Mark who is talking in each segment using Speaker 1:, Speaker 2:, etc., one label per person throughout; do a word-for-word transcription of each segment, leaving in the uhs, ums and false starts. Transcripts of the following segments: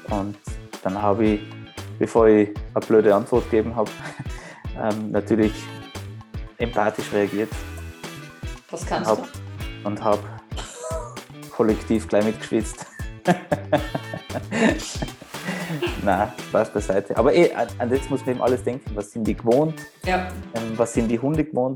Speaker 1: Und dann habe ich, bevor ich eine blöde Antwort gegeben habe, ähm, natürlich empathisch reagiert.
Speaker 2: Was kannst
Speaker 1: hab,
Speaker 2: du?
Speaker 1: Und habe kollektiv gleich mitgeschwitzt. Nein, Spaß beiseite. Aber eh, an das muss man eben alles denken. Was sind die gewohnt?
Speaker 2: Ja.
Speaker 1: Ähm, was sind die Hunde gewohnt?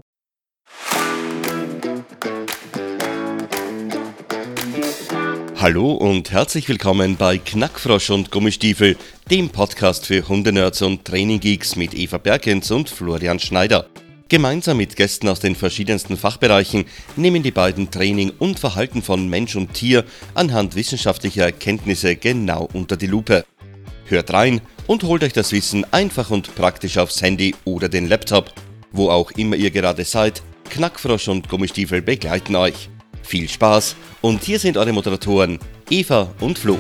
Speaker 3: Hallo und herzlich willkommen bei Knackfrosch und Gummistiefel, dem Podcast für Hundenerds und Traininggeeks mit Eva Bergens und Florian Schneider. Gemeinsam mit Gästen aus den verschiedensten Fachbereichen nehmen die beiden Training und Verhalten von Mensch und Tier anhand wissenschaftlicher Erkenntnisse genau unter die Lupe. Hört rein und holt euch das Wissen einfach und praktisch aufs Handy oder den Laptop. Wo auch immer ihr gerade seid, Knackfrosch und Gummistiefel begleiten euch. Viel Spaß und hier sind eure Moderatoren Eva und Flo.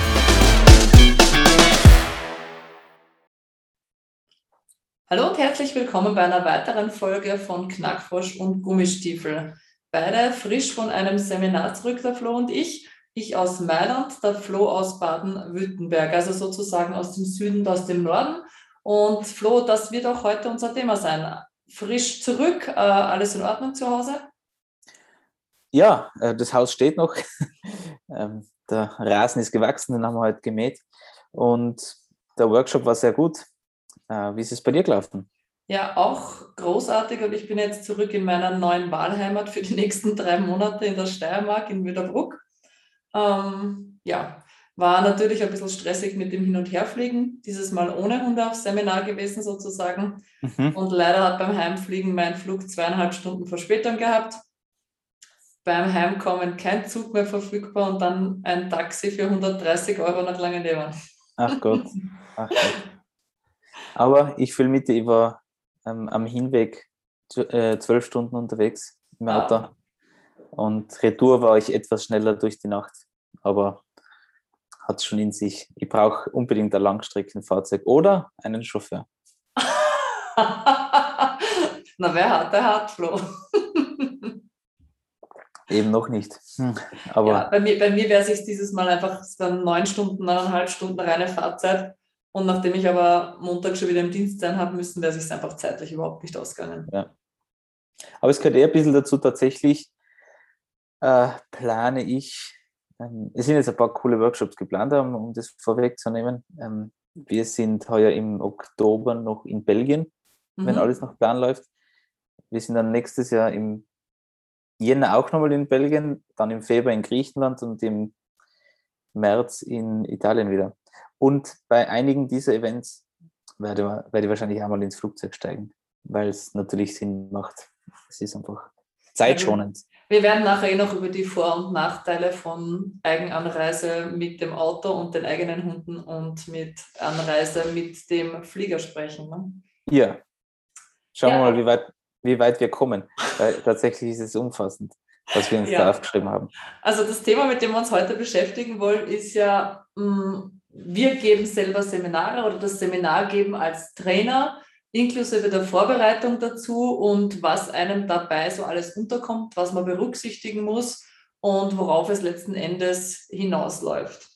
Speaker 2: Hallo und herzlich willkommen bei einer weiteren Folge von Knackfrosch und Gummistiefel. Beide frisch von einem Seminar zurück, der Flo und ich. Ich aus Mailand, der Flo aus Baden-Württemberg, also sozusagen aus dem Süden und aus dem Norden. Und Flo, das wird auch heute unser Thema sein. Frisch zurück, äh, alles in Ordnung zu Hause?
Speaker 1: Ja, äh, das Haus steht noch. ähm, der Rasen ist gewachsen, den haben wir heute gemäht. Und der Workshop war sehr gut. Äh, wie ist es bei dir gelaufen?
Speaker 2: Ja, auch großartig, und ich bin jetzt zurück in meiner neuen Wahlheimat für die nächsten drei Monate in der Steiermark, in Wöderbruck. Ähm, ja, war natürlich ein bisschen stressig mit dem Hin- und Herfliegen, dieses Mal ohne Hunde auf Seminar gewesen sozusagen.
Speaker 1: Mhm.
Speaker 2: Und leider hat beim Heimfliegen mein Flug zweieinhalb Stunden Verspätung gehabt. Beim Heimkommen kein Zug mehr verfügbar und dann ein Taxi für hundertdreißig Euro nach Langenleber.
Speaker 1: Ach Gott, ach Gott. Aber ich fühle mit, ich war ähm, am Hinweg äh, zwölf Stunden unterwegs im Auto.
Speaker 2: Ah.
Speaker 1: Und Retour war ich etwas schneller durch die Nacht. Aber hat es schon in sich. Ich brauche unbedingt ein Langstreckenfahrzeug oder einen Chauffeur.
Speaker 2: Na, wer hat, der hat, Flo.
Speaker 1: Eben noch nicht. Hm, aber
Speaker 2: ja, bei mir, bei mir wäre es dieses Mal einfach dann neun Stunden, neuneinhalb Stunden reine Fahrzeit. Und nachdem ich aber Montag schon wieder im Dienst sein habe müssen, wäre es sich einfach zeitlich überhaupt nicht ausgegangen.
Speaker 1: Ja. Aber es gehört eher ein bisschen dazu, tatsächlich äh, plane ich, ähm, es sind jetzt ein paar coole Workshops geplant, um, um das vorwegzunehmen. Ähm, wir sind heuer im Oktober noch in Belgien,
Speaker 2: Mhm.
Speaker 1: wenn alles nach Plan läuft. Wir sind dann nächstes Jahr im Jänner auch nochmal in Belgien, dann im Februar in Griechenland und im März in Italien wieder. Und bei einigen dieser Events werde, werde ich wahrscheinlich einmal ins Flugzeug steigen, weil es natürlich Sinn macht. Es ist einfach zeitschonend.
Speaker 2: Wir werden nachher eh noch über die Vor- und Nachteile von Eigenanreise mit dem Auto und den eigenen Hunden und mit Anreise mit dem Flieger sprechen. Ne?
Speaker 1: Ja, schauen
Speaker 2: Ja.
Speaker 1: wir mal, wie weit, wie weit wir kommen, weil tatsächlich ist es umfassend, was wir uns
Speaker 2: Ja.
Speaker 1: da aufgeschrieben haben.
Speaker 2: Also das Thema, mit dem wir uns heute beschäftigen wollen, ist ja, mh, wir geben selber Seminare oder das Seminar geben als Trainer, inklusive der Vorbereitung dazu und was einem dabei so alles unterkommt, was man berücksichtigen muss und worauf es letzten Endes hinausläuft.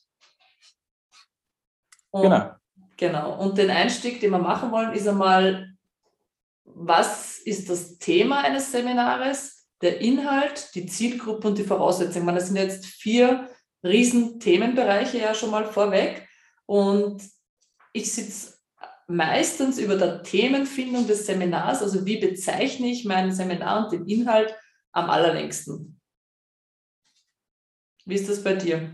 Speaker 2: Und,
Speaker 1: genau.
Speaker 2: Genau. Und den Einstieg, den wir machen wollen, ist einmal, was ist das Thema eines Seminares, der Inhalt, die Zielgruppe und die Voraussetzungen. Ich meine, das sind jetzt vier riesen Themenbereiche ja schon mal vorweg. Und ich sitze meistens über der Themenfindung des Seminars, also wie bezeichne ich mein Seminar und den Inhalt am allerlängsten. Wie ist das bei dir?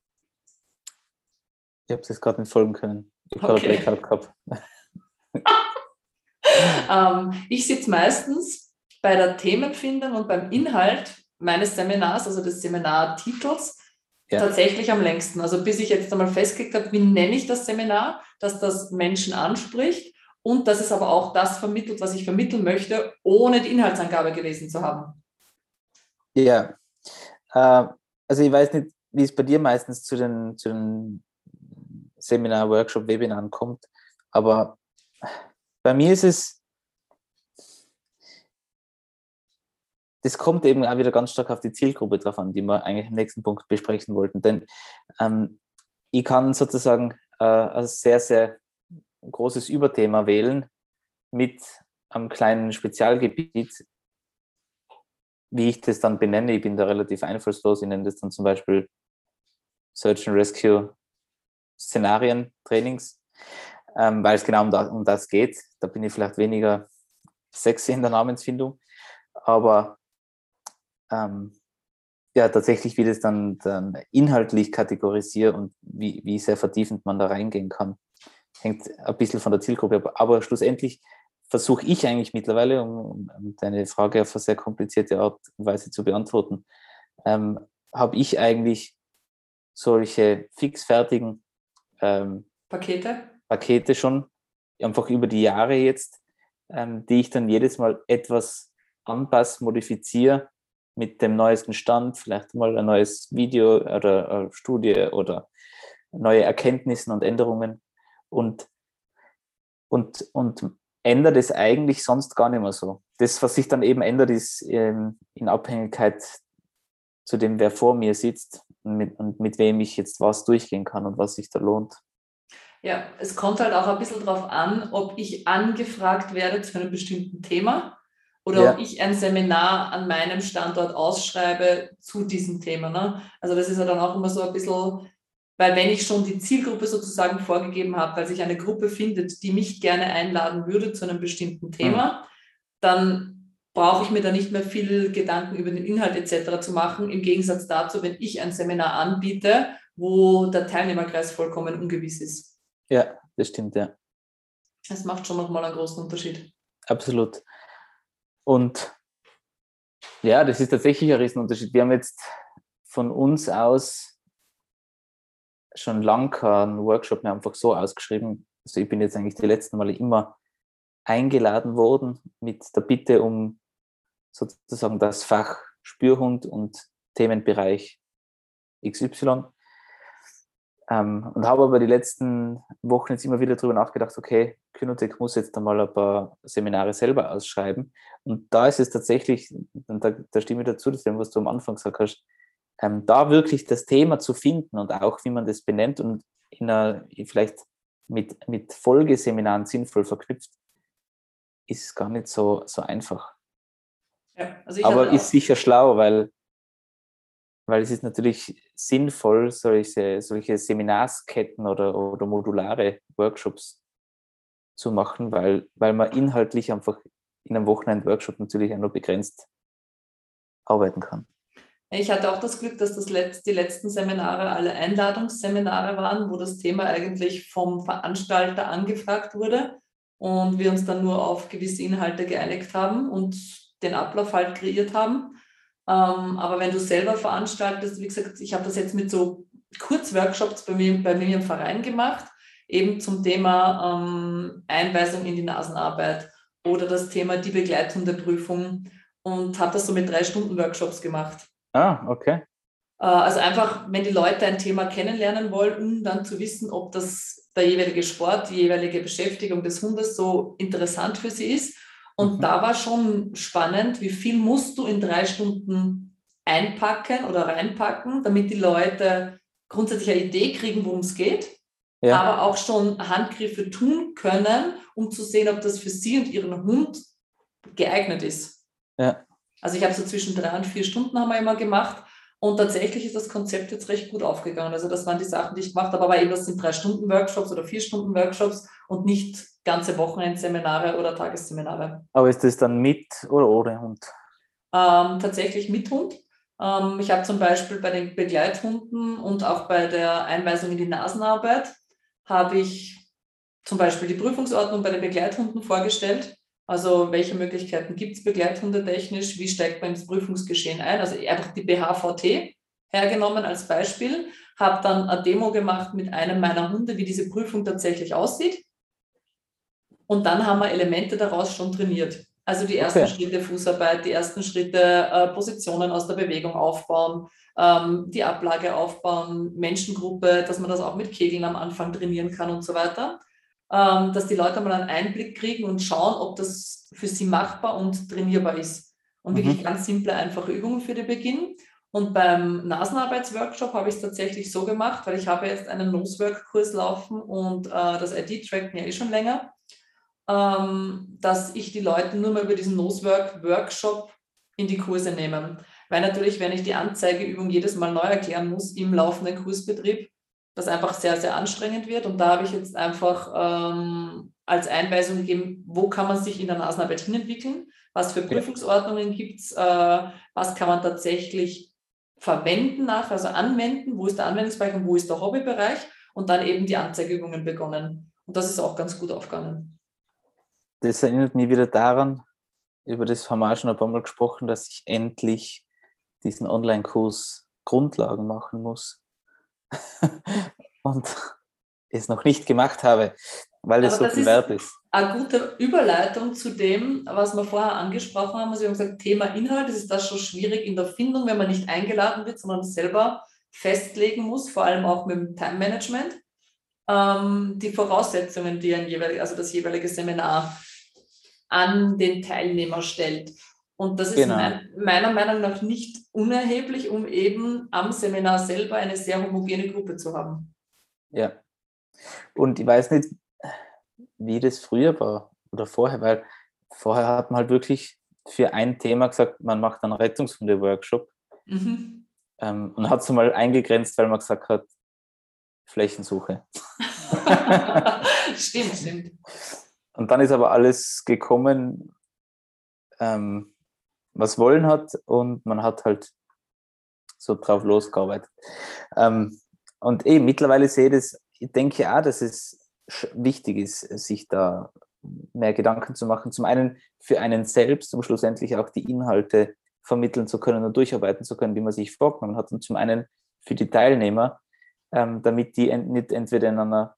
Speaker 1: Ich habe es jetzt gerade nicht folgen können. Ich habe
Speaker 2: Okay.
Speaker 1: gerade Blackout gehabt.
Speaker 2: ähm, ich sitze meistens bei der Themenfindung und beim Inhalt meines Seminars, also des Seminartitels, ja. tatsächlich am längsten. Also bis ich jetzt einmal festgelegt habe, wie nenne ich das Seminar, dass das Menschen anspricht und dass es aber auch das vermittelt, was ich vermitteln möchte, ohne die Inhaltsangabe gelesen zu haben.
Speaker 1: Ja, äh, also ich weiß nicht, wie es bei dir meistens zu den, zu den Seminar, Workshop, Webinaren kommt, aber bei mir ist es, das kommt eben auch wieder ganz stark auf die Zielgruppe drauf an, die wir eigentlich im nächsten Punkt besprechen wollten. Denn ähm, ich kann sozusagen äh, ein sehr, sehr großes Überthema wählen mit einem kleinen Spezialgebiet, wie ich das dann benenne. Ich bin da relativ einfallslos. Ich nenne das dann zum Beispiel Search and Rescue Szenarien, Trainings, ähm, weil es genau um das, um das geht. Da bin ich vielleicht weniger sexy in der Namensfindung, aber ähm, ja, tatsächlich, wie das dann, dann inhaltlich kategorisiere und wie, wie sehr vertiefend man da reingehen kann, hängt ein bisschen von der Zielgruppe ab. Aber schlussendlich versuche ich eigentlich mittlerweile, um, um deine Frage auf eine sehr komplizierte Art und Weise zu beantworten, ähm, habe ich eigentlich solche fixfertigen ähm,
Speaker 2: Pakete?
Speaker 1: Pakete schon, einfach über die Jahre jetzt, ähm, die ich dann jedes Mal etwas anpasse, modifiziere mit dem neuesten Stand, vielleicht mal ein neues Video oder eine Studie oder neue Erkenntnisse und Änderungen und, und, und ändert es eigentlich sonst gar nicht mehr so. Das, was sich dann eben ändert, ist ähm, in Abhängigkeit zu dem, wer vor mir sitzt und mit, und mit wem ich jetzt was durchgehen kann und was sich da lohnt.
Speaker 2: Ja, es kommt halt auch ein bisschen darauf an, ob ich angefragt werde zu einem bestimmten Thema oder
Speaker 1: Ja.
Speaker 2: ob ich ein Seminar an meinem Standort ausschreibe zu diesem Thema. Ne? Also das ist ja dann auch immer so ein bisschen, weil wenn ich schon die Zielgruppe sozusagen vorgegeben habe, weil sich eine Gruppe findet, die mich gerne einladen würde zu einem bestimmten Thema, mhm. dann brauche ich mir da nicht mehr viel Gedanken über den Inhalt et cetera zu machen, im Gegensatz dazu, wenn ich ein Seminar anbiete, wo der Teilnehmerkreis vollkommen ungewiss ist.
Speaker 1: Ja, das stimmt, ja.
Speaker 2: Das macht schon nochmal einen großen Unterschied.
Speaker 1: Absolut. Und ja, das ist tatsächlich ein Riesenunterschied. Wir haben jetzt von uns aus schon lange keinen Workshop mehr einfach so ausgeschrieben. Also ich bin jetzt eigentlich die letzten Male immer eingeladen worden mit der Bitte um sozusagen das Fach Spürhund und Themenbereich X Y. Ähm, und habe aber die letzten Wochen jetzt immer wieder darüber nachgedacht, okay, Kynotech muss jetzt einmal ein paar Seminare selber ausschreiben. Und da ist es tatsächlich, und da, da stimme ich dazu, das ist, was du am Anfang gesagt hast, ähm, da wirklich das Thema zu finden und auch, wie man das benennt und in einer, vielleicht mit, mit Folgeseminaren sinnvoll verknüpft, ist gar nicht so, so einfach.
Speaker 2: Ja, also ich
Speaker 1: aber ist sicher schlau, weil Weil es ist natürlich sinnvoll, solche, solche Seminarsketten oder, oder modulare Workshops zu machen, weil, weil man inhaltlich einfach in einem Wochenend-Workshop natürlich auch nur begrenzt arbeiten kann.
Speaker 2: Ich hatte auch das Glück, dass das letzt, die letzten Seminare alle Einladungsseminare waren, wo das Thema eigentlich vom Veranstalter angefragt wurde und wir uns dann nur auf gewisse Inhalte geeinigt haben und den Ablauf halt kreiert haben. Ähm, aber wenn du selber veranstaltest, wie gesagt, ich habe das jetzt mit so Kurzworkshops bei mir, bei mir im Verein gemacht, eben zum Thema ähm, Einweisung in die Nasenarbeit oder das Thema die Begleithundeprüfung und habe das so mit drei Stunden Workshops gemacht.
Speaker 1: Ah, okay.
Speaker 2: Äh, also einfach, wenn die Leute ein Thema kennenlernen wollen, um dann zu wissen, ob das der jeweilige Sport, die jeweilige Beschäftigung des Hundes so interessant für sie ist. Und mhm. da war schon spannend, wie viel musst du in drei Stunden einpacken oder reinpacken, damit die Leute grundsätzlich eine Idee kriegen, worum es geht, ja. aber auch schon Handgriffe tun können, um zu sehen, ob das für sie und ihren Hund geeignet ist.
Speaker 1: Ja.
Speaker 2: Also ich habe so zwischen drei und vier Stunden haben wir immer gemacht und tatsächlich ist das Konzept jetzt recht gut aufgegangen. Also das waren die Sachen, die ich gemacht habe, aber eben das sind drei Stunden Workshops oder vier Stunden Workshops und nicht ganze Wochenendseminare oder Tagesseminare.
Speaker 1: Aber ist das dann mit oder ohne Hund?
Speaker 2: Ähm, tatsächlich mit Hund. Ähm, ich habe zum Beispiel bei den Begleithunden und auch bei der Einweisung in die Nasenarbeit habe ich zum Beispiel die Prüfungsordnung bei den Begleithunden vorgestellt. Also welche Möglichkeiten gibt es begleithundetechnisch? Wie steigt man ins Prüfungsgeschehen ein? Also einfach die B H V T hergenommen als Beispiel. Habe dann eine Demo gemacht mit einem meiner Hunde, wie diese Prüfung tatsächlich aussieht. Und dann haben wir Elemente daraus schon trainiert. Also die ersten okay. Schritte Fußarbeit, die ersten Schritte äh, Positionen aus der Bewegung aufbauen, ähm, die Ablage aufbauen, Menschengruppe, dass man das auch mit Kegeln am Anfang trainieren kann und so weiter. Ähm, dass die Leute mal einen Einblick kriegen und schauen, ob das für sie machbar und trainierbar ist. Und wirklich mhm. ganz simple, einfache Übungen für den Beginn. Und beim Nasenarbeitsworkshop habe ich es tatsächlich so gemacht, weil ich habe jetzt einen Nosework-Kurs laufen und äh, das I D-Tracken ja eh schon länger, ähm, dass ich die Leute nur mal über diesen Nosework-Workshop in die Kurse nehme. Weil natürlich, wenn ich die Anzeigeübung jedes Mal neu erklären muss im laufenden Kursbetrieb, das einfach sehr, sehr anstrengend wird. Und da habe ich jetzt einfach ähm, als Einweisung gegeben, wo kann man sich in der Nasenarbeit hinentwickeln, was für Prüfungsordnungen gibt es, äh, was kann man tatsächlich verwenden nach, also anwenden, wo ist der Anwendungsbereich und wo ist der Hobbybereich und dann eben die Anzeigeübungen begonnen. Und das ist auch ganz gut aufgegangen.
Speaker 1: Das erinnert mich wieder daran, über das haben wir auch schon ein paar Mal gesprochen, dass ich endlich diesen Online-Kurs Grundlagen machen muss und es noch nicht gemacht habe, weil es so viel wert ist.
Speaker 2: Eine gute Überleitung zu dem, was wir vorher angesprochen haben. Also wir haben gesagt, Thema Inhalt, es ist das schon schwierig in der Findung, wenn man nicht eingeladen wird, sondern selber festlegen muss, vor allem auch mit dem Time-Management. Ähm, die Voraussetzungen, die ein jeweilig, also das jeweilige Seminar an den Teilnehmer stellt. Und das ist genau. mein, meiner Meinung nach nicht unerheblich, um eben am Seminar selber eine sehr homogene Gruppe zu haben.
Speaker 1: Ja. Und ich weiß nicht, wie das früher war oder vorher, weil vorher hat man halt wirklich für ein Thema gesagt, man macht einen Rettungshunde-Workshop mhm. ähm, und hat es mal eingegrenzt, weil man gesagt hat, Flächensuche.
Speaker 2: Stimmt, stimmt.
Speaker 1: Und dann ist aber alles gekommen, ähm, was wollen hat und man hat halt so drauf losgearbeitet. Ähm, und eh, mittlerweile sehe ich das, ich denke auch, dass es wichtig ist, sich da mehr Gedanken zu machen. Zum einen für einen selbst, um schlussendlich auch die Inhalte vermitteln zu können und durcharbeiten zu können, die man sich vorgenommen hat. Und zum einen für die Teilnehmer, ähm, damit die ent- nicht entweder in einer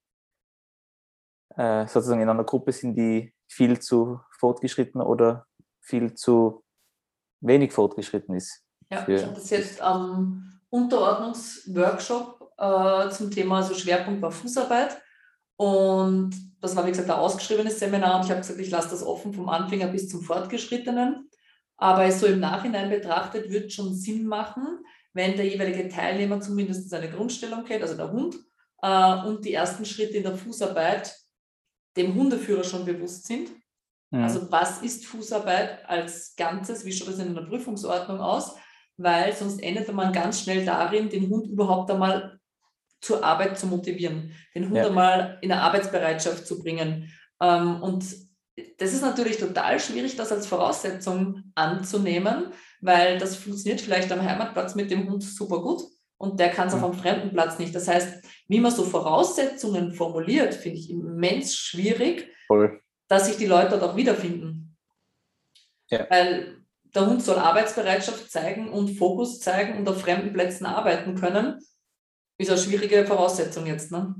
Speaker 1: äh, sozusagen in einer Gruppe sind, die viel zu fortgeschritten oder viel zu wenig fortgeschritten ist.
Speaker 2: Ja, ich habe das jetzt am Unterordnungsworkshop äh, zum Thema, also Schwerpunkt war Fußarbeit. Und das war, wie gesagt, ein ausgeschriebenes Seminar und ich habe gesagt, ich lasse das offen vom Anfänger bis zum Fortgeschrittenen. Aber so im Nachhinein betrachtet wird schon Sinn machen, wenn der jeweilige Teilnehmer zumindest seine Grundstellung kennt, also der Hund, äh, und die ersten Schritte in der Fußarbeit dem Hundeführer schon bewusst sind. Mhm. Also was ist Fußarbeit als Ganzes, wie schaut das in einer Prüfungsordnung aus? Weil sonst endet man ganz schnell darin, den Hund überhaupt einmal zur Arbeit zu motivieren, den Hund ja. einmal in eine Arbeitsbereitschaft zu bringen. Und das ist natürlich total schwierig, das als Voraussetzung anzunehmen, weil das funktioniert vielleicht am Heimatplatz mit dem Hund super gut und der kann es auch am fremden Platz nicht. Das heißt, wie man so Voraussetzungen formuliert, finde ich immens schwierig, Voll. dass sich die Leute dort auch wiederfinden. Ja. Weil der Hund soll Arbeitsbereitschaft zeigen und Fokus zeigen und auf fremden Plätzen arbeiten können. Ist eine schwierige Voraussetzung jetzt, ne?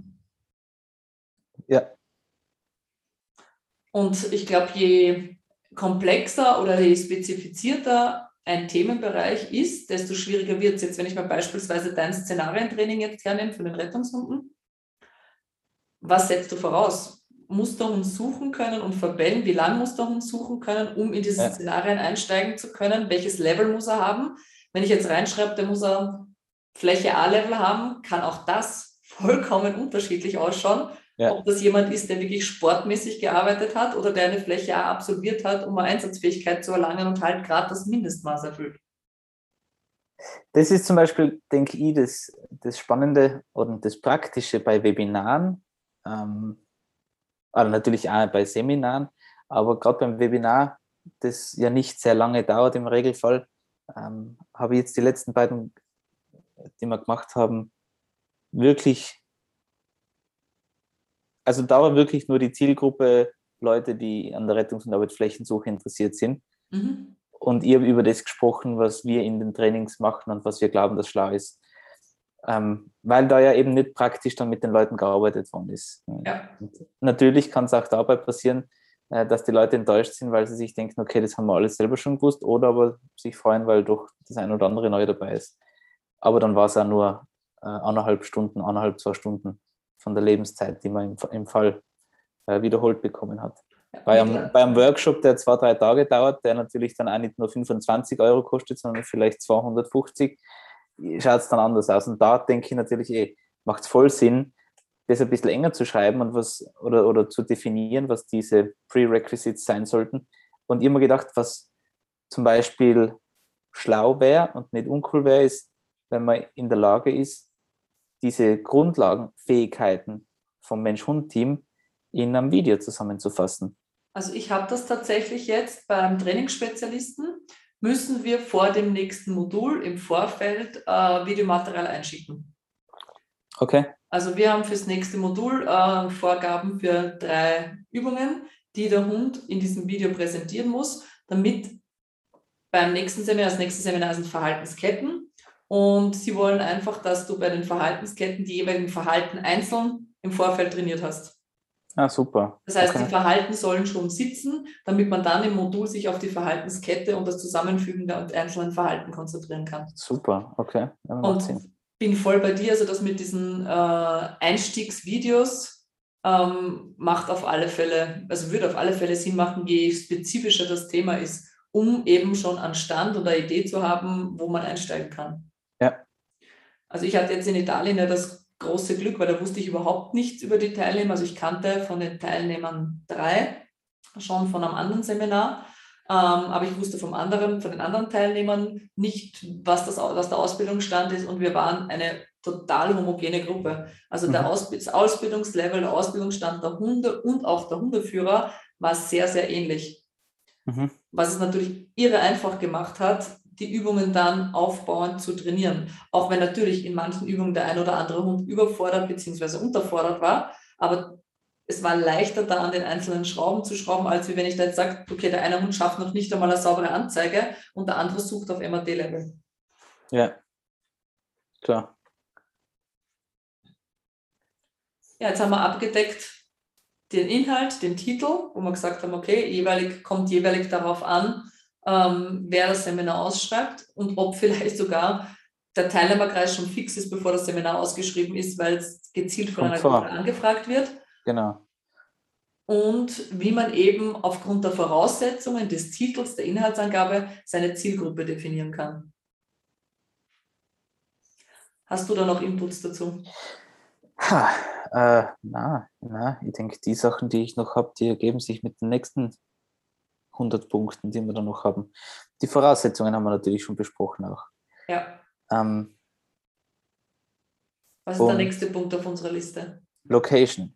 Speaker 1: Ja.
Speaker 2: Und ich glaube, je komplexer oder je spezifizierter ein Themenbereich ist, desto schwieriger wird es. Jetzt, wenn ich mal beispielsweise dein Szenarientraining jetzt hernehme für den Rettungshunden, was setzt du voraus? Muss der Hund suchen können und verbellen? Wie lange muss der Hund suchen können, um in diese ja. Szenarien einsteigen zu können? Welches Level muss er haben? Wenn ich jetzt reinschreibe, der muss er Fläche A-Level haben, kann auch das vollkommen unterschiedlich ausschauen. Ja. Ob das jemand ist, der wirklich sportmäßig gearbeitet hat oder der eine Fläche A absolviert hat, um eine Einsatzfähigkeit zu erlangen und halt gerade das Mindestmaß erfüllt.
Speaker 1: Das ist zum Beispiel, denke ich, das, das Spannende und das Praktische bei Webinaren, ähm, also natürlich auch bei Seminaren, aber gerade beim Webinar, das ja nicht sehr lange dauert im Regelfall, ähm, habe ich jetzt die letzten beiden, die wir gemacht haben, wirklich, also da war wirklich nur die Zielgruppe Leute, die an der Rettungs- und Arbeitsflächensuche interessiert sind. Mhm. Und ich habe über das gesprochen, was wir in den Trainings machen und was wir glauben, dass schlau ist. Ähm, weil da ja eben nicht praktisch dann mit den Leuten gearbeitet worden ist. Ja. Natürlich kann es auch dabei passieren, äh, dass die Leute enttäuscht sind, weil sie sich denken, okay, das haben wir alles selber schon gewusst, oder aber sich freuen, weil doch das ein oder andere neu dabei ist. Aber dann war es auch nur äh, eineinhalb Stunden, eineinhalb, zwei Stunden von der Lebenszeit, die man im, im Fall äh, wiederholt bekommen hat. Bei einem, bei einem Workshop, der zwei, drei Tage dauert, der natürlich dann auch nicht nur fünfundzwanzig Euro kostet, sondern vielleicht zweihundertfünfzig, schaut es dann anders aus. Und da denke ich natürlich, eh, macht es voll Sinn, das ein bisschen enger zu schreiben und was oder, oder zu definieren, was diese Prerequisites sein sollten. Und ich habe mir gedacht, was zum Beispiel schlau wäre und nicht uncool wäre, ist, wenn man in der Lage ist, diese Grundlagenfähigkeiten vom Mensch-Hund-Team in einem Video zusammenzufassen.
Speaker 2: Also ich habe das tatsächlich jetzt beim Trainingsspezialisten, müssen wir vor dem nächsten Modul im Vorfeld äh, Videomaterial einschicken.
Speaker 1: Okay.
Speaker 2: Also wir haben fürs nächste Modul äh, Vorgaben für drei Übungen, die der Hund in diesem Video präsentieren muss, damit beim nächsten Seminar, das nächste Seminar sind Verhaltensketten, und sie wollen einfach, dass du bei den Verhaltensketten die jeweiligen Verhalten einzeln im Vorfeld trainiert hast.
Speaker 1: Ah, super.
Speaker 2: Das heißt,
Speaker 1: okay.
Speaker 2: Die Verhalten sollen schon sitzen, damit man dann im Modul sich auf die Verhaltenskette und das Zusammenfügen der einzelnen Verhalten konzentrieren kann.
Speaker 1: Super, okay. Ja, macht
Speaker 2: und
Speaker 1: Sinn.
Speaker 2: Bin voll bei dir, also das mit diesen äh, Einstiegsvideos ähm, macht auf alle Fälle, also würde auf alle Fälle Sinn machen, je spezifischer das Thema ist, um eben schon einen Stand oder eine Idee zu haben, wo man einsteigen kann.
Speaker 1: Ja.
Speaker 2: Also ich hatte jetzt in Italien ja das große Glück, weil da wusste ich überhaupt nichts über die Teilnehmer. Also ich kannte von den Teilnehmern drei, schon von einem anderen Seminar, ähm, aber ich wusste vom anderen, von den anderen Teilnehmern nicht, was, das, was der Ausbildungsstand ist, und wir waren eine total homogene Gruppe. Also mhm. der Ausb- das Ausbildungslevel, der Ausbildungsstand der Hunde und auch der Hundeführer war sehr, sehr ähnlich. Mhm. Was es natürlich irre einfach gemacht hat, die Übungen dann aufbauend zu trainieren. Auch wenn natürlich in manchen Übungen der ein oder andere Hund überfordert bzw. unterfordert war, aber es war leichter, da an den einzelnen Schrauben zu schrauben, als wie wenn ich da jetzt sage, okay, der eine Hund schafft noch nicht einmal eine saubere Anzeige und der andere sucht auf M A D-Level.
Speaker 1: Ja, klar.
Speaker 2: Ja, jetzt haben wir abgedeckt den Inhalt, den Titel, wo wir gesagt haben, okay, jeweilig kommt jeweilig darauf an, ähm, wer das Seminar ausschreibt und ob vielleicht sogar der Teilnehmerkreis schon fix ist, bevor das Seminar ausgeschrieben ist, weil es gezielt von einer Gruppe angefragt wird.
Speaker 1: Genau.
Speaker 2: Und wie man eben aufgrund der Voraussetzungen des Titels, der Inhaltsangabe, seine Zielgruppe definieren kann. Hast du da noch Inputs dazu?
Speaker 1: Ha, äh, na, na, ich denke, die Sachen, die ich noch habe, die ergeben sich mit den nächsten hundert Punkten, die wir da noch haben. Die Voraussetzungen haben wir natürlich schon besprochen auch.
Speaker 2: Ja.
Speaker 1: Ähm,
Speaker 2: Was ist der nächste Punkt auf unserer Liste?
Speaker 1: Location.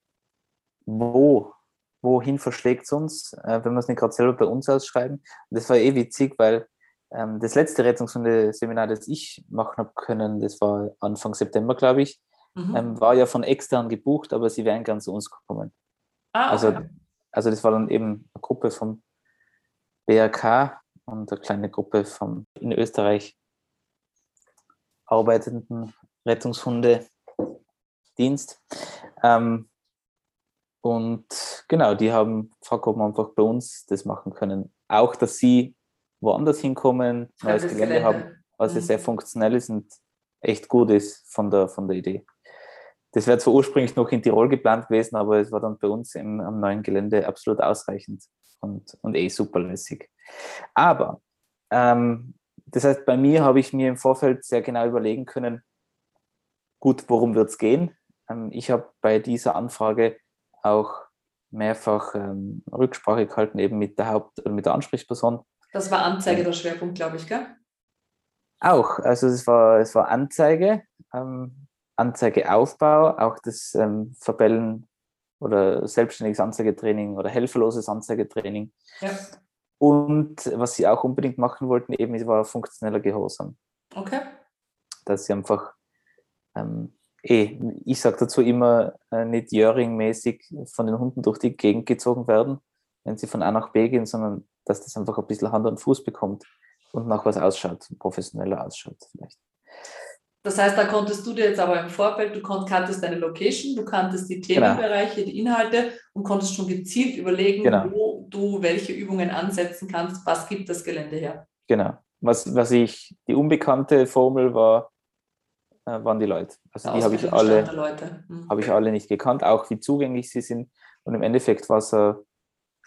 Speaker 1: Wo, wohin verschlägt es uns, äh, wenn wir es nicht gerade selber bei uns ausschreiben? Und das war eh witzig, weil ähm, das letzte Rettungshunde-Seminar, das ich machen habe können, das war Anfang September, glaube ich, mhm. ähm, war ja von extern gebucht, aber sie wären gern zu uns gekommen.
Speaker 2: Ah, okay.
Speaker 1: also, also das war dann eben eine Gruppe vom B R K und eine kleine Gruppe vom in Österreich arbeitenden Rettungshundedienst. Ähm, und genau, die haben gefragt, ob wir einfach bei uns das machen können. Auch, dass sie woanders hinkommen, neues Gelände, Gelände haben, was mhm. sehr funktionell ist und echt gut ist von der, von der Idee. Das wäre zwar ursprünglich noch in Tirol geplant gewesen, aber es war dann bei uns im, am neuen Gelände absolut ausreichend und, und eh super lässig. Aber, ähm, das heißt, bei mir habe ich mir im Vorfeld sehr genau überlegen können, gut, worum wird es gehen? Ähm, ich habe bei dieser Anfrage auch mehrfach ähm, Rücksprache gehalten, eben mit der Haupt- oder mit der Ansprechperson.
Speaker 2: Das war Anzeige der Schwerpunkt, glaube ich, gell?
Speaker 1: Auch, also es war, es war Anzeige, ähm, Anzeigeaufbau, auch das ähm, Verbellen oder selbstständiges Anzeigetraining oder helferloses Anzeigetraining.
Speaker 2: Ja.
Speaker 1: Und was sie auch unbedingt machen wollten, eben, war funktioneller Gehorsam.
Speaker 2: Okay.
Speaker 1: Dass sie einfach, ähm, eh, ich sage dazu immer, äh, nicht Jöring-mäßig von den Hunden durch die Gegend gezogen werden, wenn sie von A nach B gehen, sondern dass das einfach ein bisschen Hand und Fuß bekommt und nach was ausschaut, professioneller ausschaut vielleicht.
Speaker 2: Das heißt, da konntest du dir jetzt aber im Vorfeld, du kanntest deine Location, du kanntest die Themenbereiche, genau. die Inhalte und konntest schon gezielt überlegen, genau. wo du welche Übungen ansetzen kannst, was gibt das Gelände her.
Speaker 1: Genau. Was, was ich, die unbekannte Formel war, äh, waren die Leute. Also die habe ich alle,
Speaker 2: Leute. Mhm.
Speaker 1: habe ich alle nicht gekannt, auch wie zugänglich sie sind. Und im Endeffekt war es eine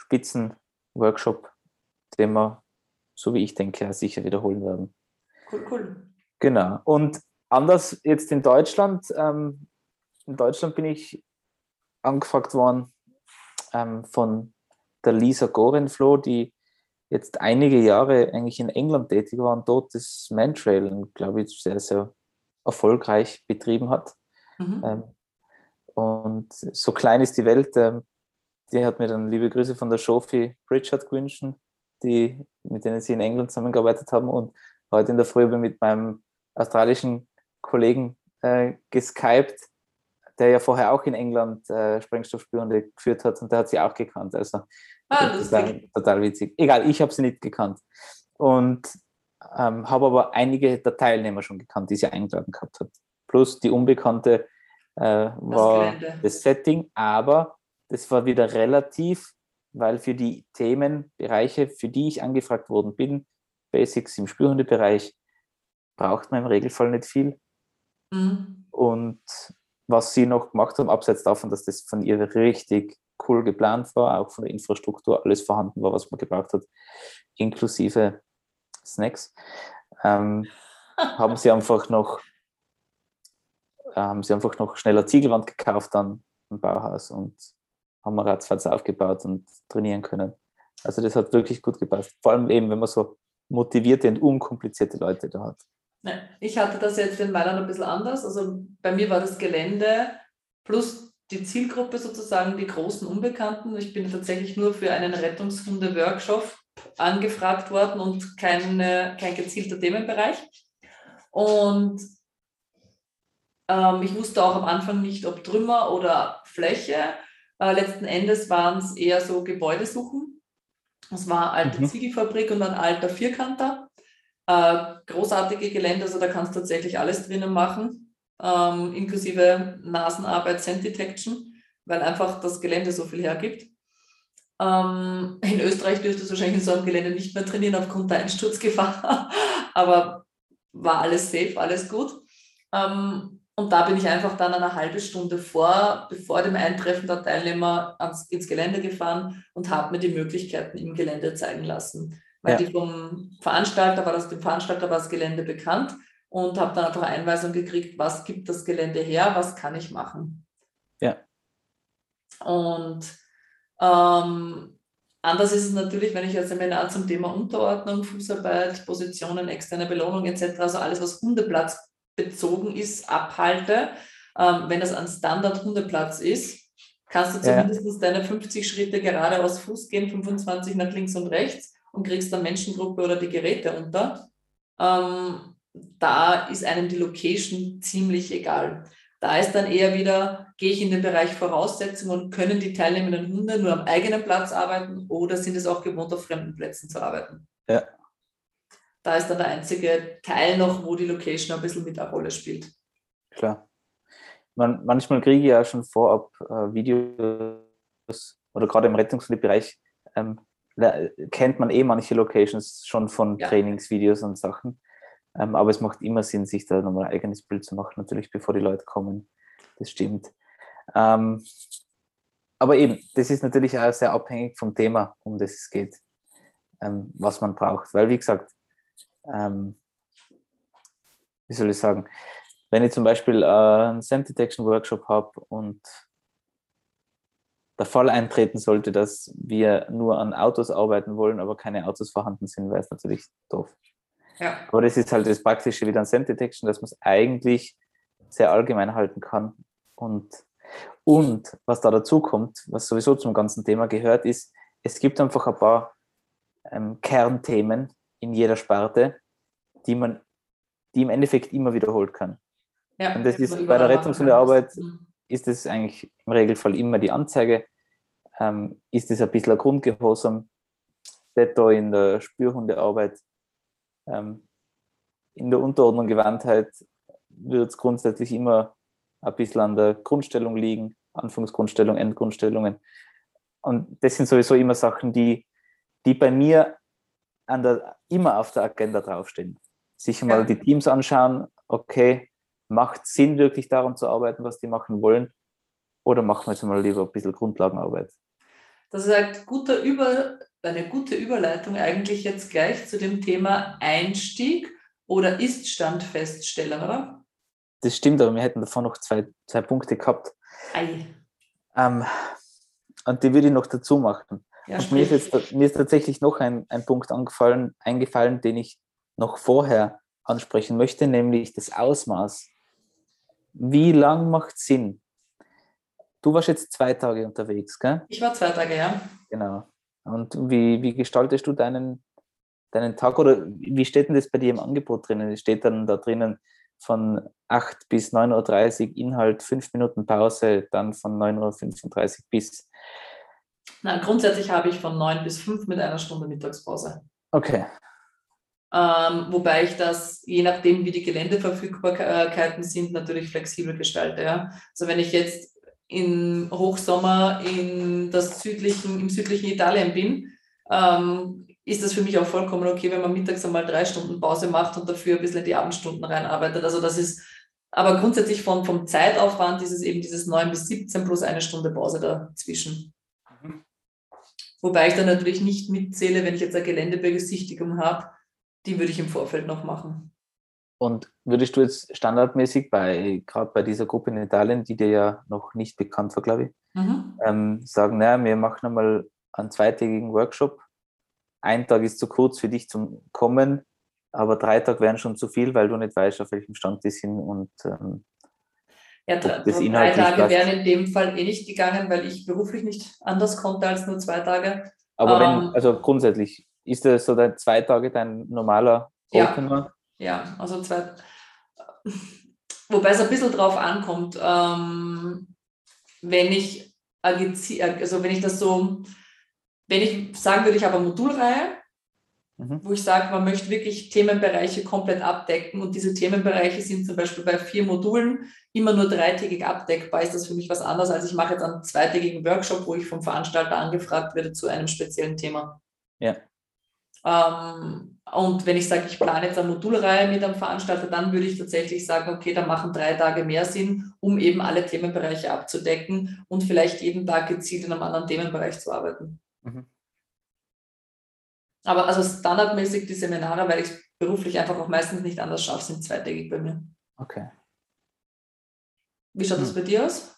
Speaker 1: Spitzenworkshop, den wir, so wie ich denke, sicher wiederholen werden.
Speaker 2: Cool, cool.
Speaker 1: Genau. Und anders jetzt in Deutschland, ähm, in Deutschland bin ich angefragt worden ähm, von der Lisa Gorenfloh, die jetzt einige Jahre eigentlich in England tätig war und dort das Mantrailen, glaube ich, sehr, sehr erfolgreich betrieben hat.
Speaker 2: Mhm.
Speaker 1: Ähm, und so klein ist die Welt, ähm, die hat mir dann liebe Grüße von der Sophie Pritchard gewünscht, die, mit denen sie in England zusammengearbeitet haben. Und heute in der Früh habe ich mit meinem australischen Kollegen äh, geskypt, der ja vorher auch in England äh, Sprengstoffspürhunde geführt hat und der hat sie auch gekannt. Also
Speaker 2: Ah,
Speaker 1: total,
Speaker 2: lustig.
Speaker 1: total witzig. Egal, ich habe sie nicht gekannt. Und ähm, habe aber einige der Teilnehmer schon gekannt, die sie eingeladen gehabt hat. Plus die Unbekannte äh, war
Speaker 2: Gelände.
Speaker 1: das Setting, aber das war wieder relativ, weil für die Themenbereiche, für die ich angefragt worden bin, Basics im Spürhundebereich, braucht man im Regelfall nicht viel.
Speaker 2: Mhm.
Speaker 1: Und was sie noch gemacht haben, abseits davon, dass das von ihr richtig cool geplant war, auch von der Infrastruktur alles vorhanden war, was man gebraucht hat, inklusive Snacks, ähm, haben sie einfach noch haben sie einfach noch schneller Ziegelwand gekauft dann im Bauhaus und haben wir ratzfatz aufgebaut und trainieren können. Also das hat wirklich gut gepasst. Vor allem eben, wenn man so motivierte und unkomplizierte Leute da hat.
Speaker 2: Ich hatte das jetzt in Mailand ein bisschen anders. Also bei mir war das Gelände plus die Zielgruppe sozusagen die großen Unbekannten. Ich bin tatsächlich nur für einen Rettungshunde-Workshop angefragt worden und keine, kein gezielter Themenbereich. Und ähm, ich wusste auch am Anfang nicht, ob Trümmer oder Fläche. Äh, letzten Endes waren es eher so Gebäudesuchen. Es war eine alte
Speaker 1: Mhm.
Speaker 2: Ziegelfabrik und ein alter Vierkanter. Äh, großartige Gelände, also da kannst du tatsächlich alles drinnen machen, ähm, inklusive Nasenarbeit, Scent Detection, weil einfach das Gelände so viel hergibt. Ähm, in Österreich dürftest du wahrscheinlich in so einem Gelände nicht mehr trainieren aufgrund der Einsturzgefahr, aber war alles safe, alles gut. Ähm, und da bin ich einfach dann eine halbe Stunde vor, bevor dem Eintreffen der Teilnehmer ans, ins Gelände gefahren und habe mir die Möglichkeiten im Gelände zeigen lassen. Weil
Speaker 1: Ja.
Speaker 2: die vom Veranstalter war das, dem Veranstalter war das Gelände bekannt und habe dann einfach Einweisung gekriegt, was gibt das Gelände her, was kann ich machen.
Speaker 1: Ja.
Speaker 2: Und ähm, anders ist es natürlich, wenn ich ein Seminar zum Thema Unterordnung, Fußarbeit, Positionen, externe Belohnung et cetera, also alles, was Hundeplatz bezogen ist, abhalte. Ähm, wenn das ein Standard-Hundeplatz ist, kannst du zumindest ja. deine fünfzig Schritte geradeaus Fuß gehen, fünfundzwanzig nach links und rechts und kriegst dann Menschengruppe oder die Geräte unter. Ähm, da ist einem die Location ziemlich egal. Da ist dann eher wieder, gehe ich in den Bereich Voraussetzungen und können die teilnehmenden Hunde nur am eigenen Platz arbeiten oder sind es auch gewohnt, auf fremden Plätzen zu arbeiten?
Speaker 1: Ja.
Speaker 2: Da ist dann der einzige Teil noch, wo die Location ein bisschen mit eine Rolle spielt.
Speaker 1: Klar. Man, manchmal kriege ich ja schon vorab äh, Videos oder gerade im Rettungshundebereich ähm, kennt man eh manche Locations schon von ja. Trainingsvideos und Sachen. Ähm, aber es macht immer Sinn, sich da nochmal ein eigenes Bild zu machen, natürlich bevor die Leute kommen. Das stimmt. Ähm, aber eben, das ist natürlich auch sehr abhängig vom Thema, um das es geht, ähm, was man braucht. Weil, wie gesagt, ähm, wie soll ich sagen, wenn ich zum Beispiel äh, einen Scent Detection Workshop habe und der Fall eintreten sollte, dass wir nur an Autos arbeiten wollen, aber keine Autos vorhanden sind, wäre es natürlich doof.
Speaker 2: Ja.
Speaker 1: Aber das ist halt das Praktische wieder an Scent Detection, dass man es eigentlich sehr allgemein halten kann. Und, und was da dazu kommt, was sowieso zum ganzen Thema gehört, ist, es gibt einfach ein paar ähm, Kernthemen in jeder Sparte, die man, die im Endeffekt immer wiederholt kann.
Speaker 2: Ja,
Speaker 1: und das ist bei der Rettungshundearbeit ist es eigentlich im Regelfall immer die Anzeige. Ähm, ist es ein bisschen ein Grundgehorsam, detto in der Spürhundearbeit. Ähm, in der Unterordnung Gewandtheit wird es grundsätzlich immer ein bisschen an der Grundstellung liegen, Anfangsgrundstellung, Endgrundstellungen. Und das sind sowieso immer Sachen, die, die bei mir an der, immer auf der Agenda draufstehen. Sich mal ja. die Teams anschauen, okay, macht Sinn, wirklich daran zu arbeiten, was die machen wollen, oder machen wir jetzt mal lieber ein bisschen Grundlagenarbeit?
Speaker 2: Das ist ein guter Über, eine gute Überleitung eigentlich jetzt gleich zu dem Thema Einstieg oder Ist-Stand-Feststellen, oder?
Speaker 1: Das stimmt, aber wir hätten davor noch zwei, zwei Punkte gehabt.
Speaker 2: Ei.
Speaker 1: Ähm, und die würde ich noch dazu machen.
Speaker 2: Ja,
Speaker 1: und mir ist, jetzt, mir ist tatsächlich noch ein, ein Punkt angefallen, eingefallen, den ich noch vorher ansprechen möchte, nämlich das Ausmaß. Wie lang macht Sinn? Du warst jetzt zwei Tage unterwegs, gell?
Speaker 2: Ich war zwei Tage, ja.
Speaker 1: Genau. Und wie, wie gestaltest du deinen, deinen Tag oder wie steht denn das bei dir im Angebot drinnen? Es steht dann da drinnen von acht bis neun Uhr dreißig Inhalt, fünf Minuten Pause, dann von neun Uhr fünfunddreißig bis...
Speaker 2: Na, grundsätzlich habe ich von neun bis fünf mit einer Stunde Mittagspause.
Speaker 1: Okay.
Speaker 2: Ähm, wobei ich das, je nachdem wie die Geländeverfügbarkeiten sind, natürlich flexibel gestalte. Ja? Also wenn ich jetzt im Hochsommer in das südlichen, im südlichen Italien bin, ähm, ist das für mich auch vollkommen okay, wenn man mittags einmal drei Stunden Pause macht und dafür ein bisschen in die Abendstunden reinarbeitet. Also das ist, aber grundsätzlich von, vom Zeitaufwand ist es eben dieses neun bis siebzehn plus eine Stunde Pause dazwischen. Mhm. Wobei ich dann natürlich nicht mitzähle, wenn ich jetzt eine Geländebesichtigung habe, die würde ich im Vorfeld noch machen.
Speaker 1: Und würdest du jetzt standardmäßig bei, gerade bei dieser Gruppe in Italien, die dir ja noch nicht bekannt war, glaube ich, mhm. ähm, sagen, naja, wir machen einmal einen zweitägigen Workshop. Ein Tag ist zu kurz für dich zum Kommen, aber drei Tage wären schon zu viel, weil du nicht weißt, auf welchem Stand die sind. Und ähm,
Speaker 2: ja, drei, drei Tage wären in dem Fall eh nicht gegangen, weil ich beruflich nicht anders konnte als nur zwei Tage.
Speaker 1: Aber ähm, wenn, also grundsätzlich, ist das so dein zwei Tage dein normaler Opener?
Speaker 2: Ja, ja, also zwei. Wobei es ein bisschen drauf ankommt, ähm, wenn ich also wenn ich das so, wenn ich sagen würde, ich habe eine Modulreihe, mhm. wo ich sage, man möchte wirklich Themenbereiche komplett abdecken und diese Themenbereiche sind zum Beispiel bei vier Modulen immer nur dreitägig abdeckbar, ist das für mich was anderes, als ich mache jetzt einen zweitägigen Workshop, wo ich vom Veranstalter angefragt werde zu einem speziellen Thema.
Speaker 1: Ja.
Speaker 2: Ähm, und wenn ich sage, ich plane jetzt eine Modulreihe mit einem Veranstalter, dann würde ich tatsächlich sagen, okay, dann machen drei Tage mehr Sinn, um eben alle Themenbereiche abzudecken und vielleicht jeden Tag gezielt in einem anderen Themenbereich zu arbeiten. Mhm. Aber also standardmäßig die Seminare, weil ich es beruflich einfach auch meistens nicht anders schaffe, sind zweitägig bei mir.
Speaker 1: Okay.
Speaker 2: Wie schaut hm. das bei dir aus?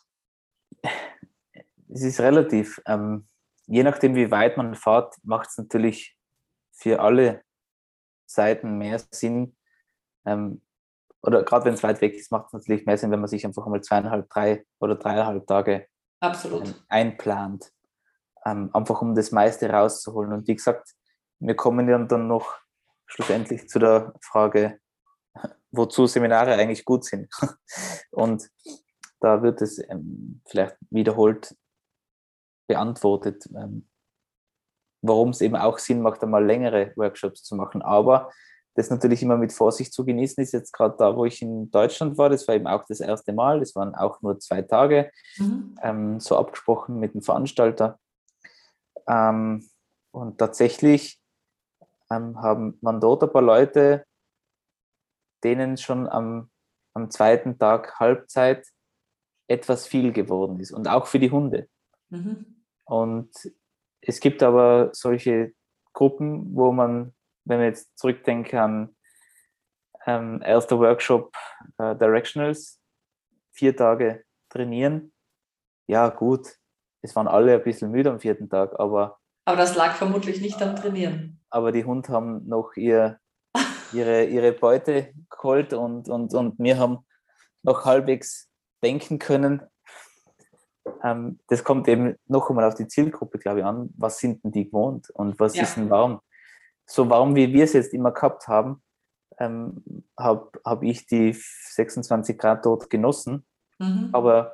Speaker 1: Es ist relativ. Ähm, je nachdem, wie weit man fährt, macht es natürlich für alle Seiten mehr Sinn. Ähm, oder gerade wenn es weit weg ist, macht es natürlich mehr Sinn, wenn man sich einfach einmal zweieinhalb, drei oder dreieinhalb Tage
Speaker 2: Absolut.
Speaker 1: Ähm, einplant. Ähm, einfach um das meiste rauszuholen. Und wie gesagt, wir kommen dann noch schlussendlich zu der Frage, wozu Seminare eigentlich gut sind. Und da wird es ähm, vielleicht wiederholt beantwortet, ähm, warum es eben auch Sinn macht, einmal längere Workshops zu machen. Aber das natürlich immer mit Vorsicht zu genießen ist. Jetzt gerade da, wo ich in Deutschland war, das war eben auch das erste Mal, das waren auch nur zwei Tage, mhm. ähm, so abgesprochen mit dem Veranstalter. Ähm, und tatsächlich ähm, haben man dort ein paar Leute, denen schon am, am zweiten Tag Halbzeit etwas viel geworden ist und auch für die Hunde. Mhm. Und es gibt aber solche Gruppen, wo man, wenn man jetzt zurückdenkt an ähm, erster Workshop äh, Directionals, vier Tage trainieren, ja gut, es waren alle ein bisschen müde am vierten Tag, aber
Speaker 2: aber das lag vermutlich nicht am Trainieren.
Speaker 1: Aber die Hunde haben noch ihr, ihre, ihre Beute geholt und, und, und wir haben noch halbwegs denken können. Ähm, das kommt eben noch einmal auf die Zielgruppe, glaube ich, an. Was sind denn die gewohnt und was ja. ist denn warm? So warm, wie wir es jetzt immer gehabt haben, ähm, habe hab ich die sechsundzwanzig Grad dort genossen. Mhm. Aber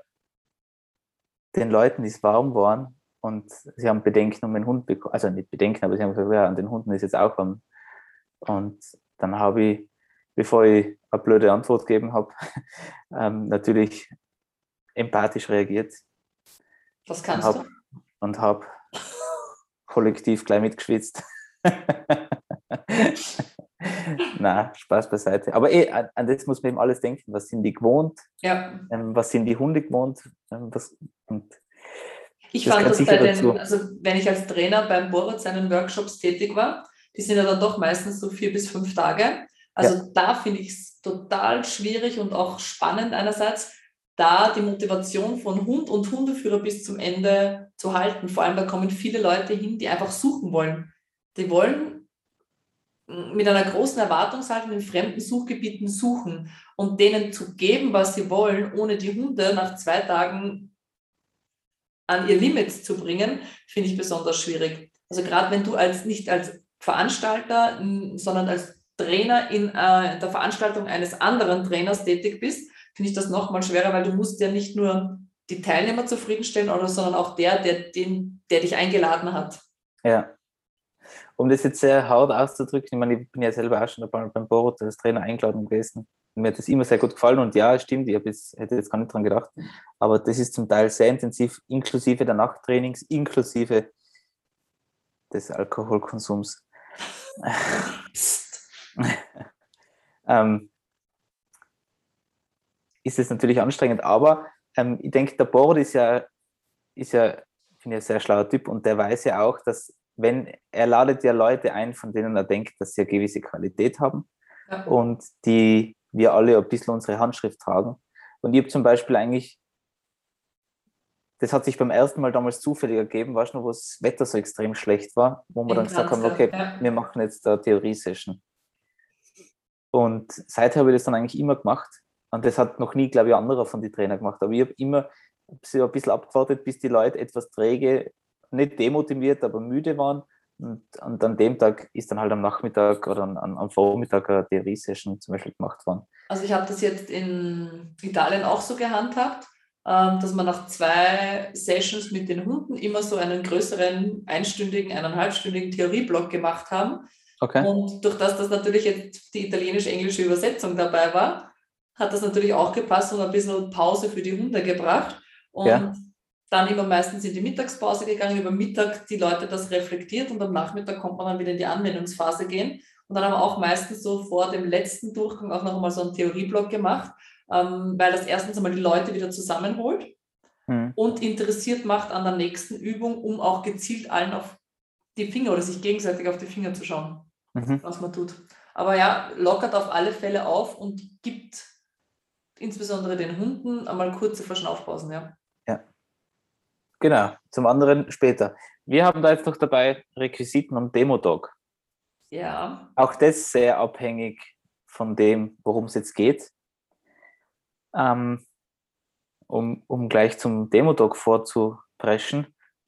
Speaker 1: den Leuten, die es warm waren, und sie haben Bedenken um den Hund bekommen, also nicht Bedenken, aber sie haben gesagt, ja, an den Hunden ist jetzt auch warm. Und dann habe ich, bevor ich eine blöde Antwort gegeben habe, ähm, natürlich empathisch reagiert.
Speaker 2: Was kannst
Speaker 1: und hab,
Speaker 2: du?
Speaker 1: Und habe kollektiv gleich mitgeschwitzt. Na, Spaß beiseite. Aber eh, an, an das muss man eben alles denken. Was sind die gewohnt?
Speaker 2: Ja.
Speaker 1: Ähm, was sind die Hunde gewohnt? Ähm, was, und
Speaker 2: Ich
Speaker 1: Das
Speaker 2: fand
Speaker 1: gehört
Speaker 2: das
Speaker 1: sicher
Speaker 2: bei den,
Speaker 1: dazu.
Speaker 2: also wenn ich als Trainer beim Borat seinen Workshops tätig war, die sind ja dann doch meistens so vier bis fünf Tage. Also
Speaker 1: Ja.
Speaker 2: da finde ich es total schwierig und auch spannend einerseits, da die Motivation von Hund und Hundeführer bis zum Ende zu halten. Vor allem, da kommen viele Leute hin, die einfach suchen wollen. Die wollen mit einer großen Erwartungshaltung in fremden Suchgebieten suchen und denen zu geben, was sie wollen, ohne die Hunde nach zwei Tagen an ihr Limit zu bringen, finde ich besonders schwierig. Also gerade wenn du als nicht als Veranstalter, sondern als Trainer in äh, der Veranstaltung eines anderen Trainers tätig bist, finde ich das nochmal schwerer, weil du musst ja nicht nur die Teilnehmer zufriedenstellen, oder, sondern auch der, der, den, der dich eingeladen hat.
Speaker 1: Ja. Um das jetzt sehr hart auszudrücken, ich meine, ich bin ja selber auch schon beim, beim Borat als Trainer eingeladen gewesen. Und mir hat das immer sehr gut gefallen und ja, stimmt, ich jetzt, hätte jetzt gar nicht dran gedacht. Aber das ist zum Teil sehr intensiv, inklusive der Nachttrainings, inklusive des Alkoholkonsums. ähm, ist es natürlich anstrengend, aber ähm, ich denke, der Borat ist ja, ist ja, finde ich, ein sehr schlauer Typ und der weiß ja auch, dass wenn er ladet ja Leute ein, von denen er denkt, dass sie eine gewisse Qualität haben
Speaker 2: Ja.
Speaker 1: und die wir alle ein bisschen unsere Handschrift tragen. Und ich habe zum Beispiel eigentlich, das hat sich beim ersten Mal damals zufällig ergeben, weißt du noch, wo das Wetter so extrem schlecht war, wo wir
Speaker 2: In
Speaker 1: dann gesagt haben,
Speaker 2: Graz,
Speaker 1: okay,
Speaker 2: ja.
Speaker 1: wir machen jetzt eine Theorie-Session. Und seither habe ich das dann eigentlich immer gemacht. Und das hat noch nie, glaube ich, ein anderer von den Trainern gemacht. Aber ich habe immer so ein bisschen abgewartet, bis die Leute etwas träge, nicht demotiviert, aber müde waren. Und, und an dem Tag ist dann halt am Nachmittag oder an, am Vormittag eine Theorie-Session zum Beispiel gemacht worden.
Speaker 2: Also ich habe das jetzt in Italien auch so gehandhabt, dass man nach zwei Sessions mit den Hunden immer so einen größeren einstündigen, eineinhalbstündigen Theorieblock gemacht haben.
Speaker 1: Okay.
Speaker 2: Und durch das, dass natürlich jetzt die italienisch-englische Übersetzung dabei war, hat das natürlich auch gepasst und ein bisschen Pause für die Hunde gebracht. Und
Speaker 1: Ja.
Speaker 2: dann immer meistens in die Mittagspause gegangen, über Mittag die Leute das reflektiert und am Nachmittag kommt man dann wieder in die Anwendungsphase gehen. Und dann haben wir auch meistens so vor dem letzten Durchgang auch noch mal so einen Theorieblock gemacht, ähm, weil das erstens einmal die Leute wieder zusammenholt mhm. und interessiert macht an der nächsten Übung, um auch gezielt allen auf die Finger oder sich gegenseitig auf die Finger zu schauen, mhm. was man tut. Aber ja, lockert auf alle Fälle auf und gibt insbesondere den Hunden einmal kurze Verschnaufpausen, ja.
Speaker 1: Ja. Genau, zum anderen später. Wir haben da jetzt noch dabei Requisiten und Demo-Dog.
Speaker 2: Ja.
Speaker 1: Auch das sehr abhängig von dem, worum es jetzt geht. Ähm, um, um gleich zum Demo-Dog vorzupreschen.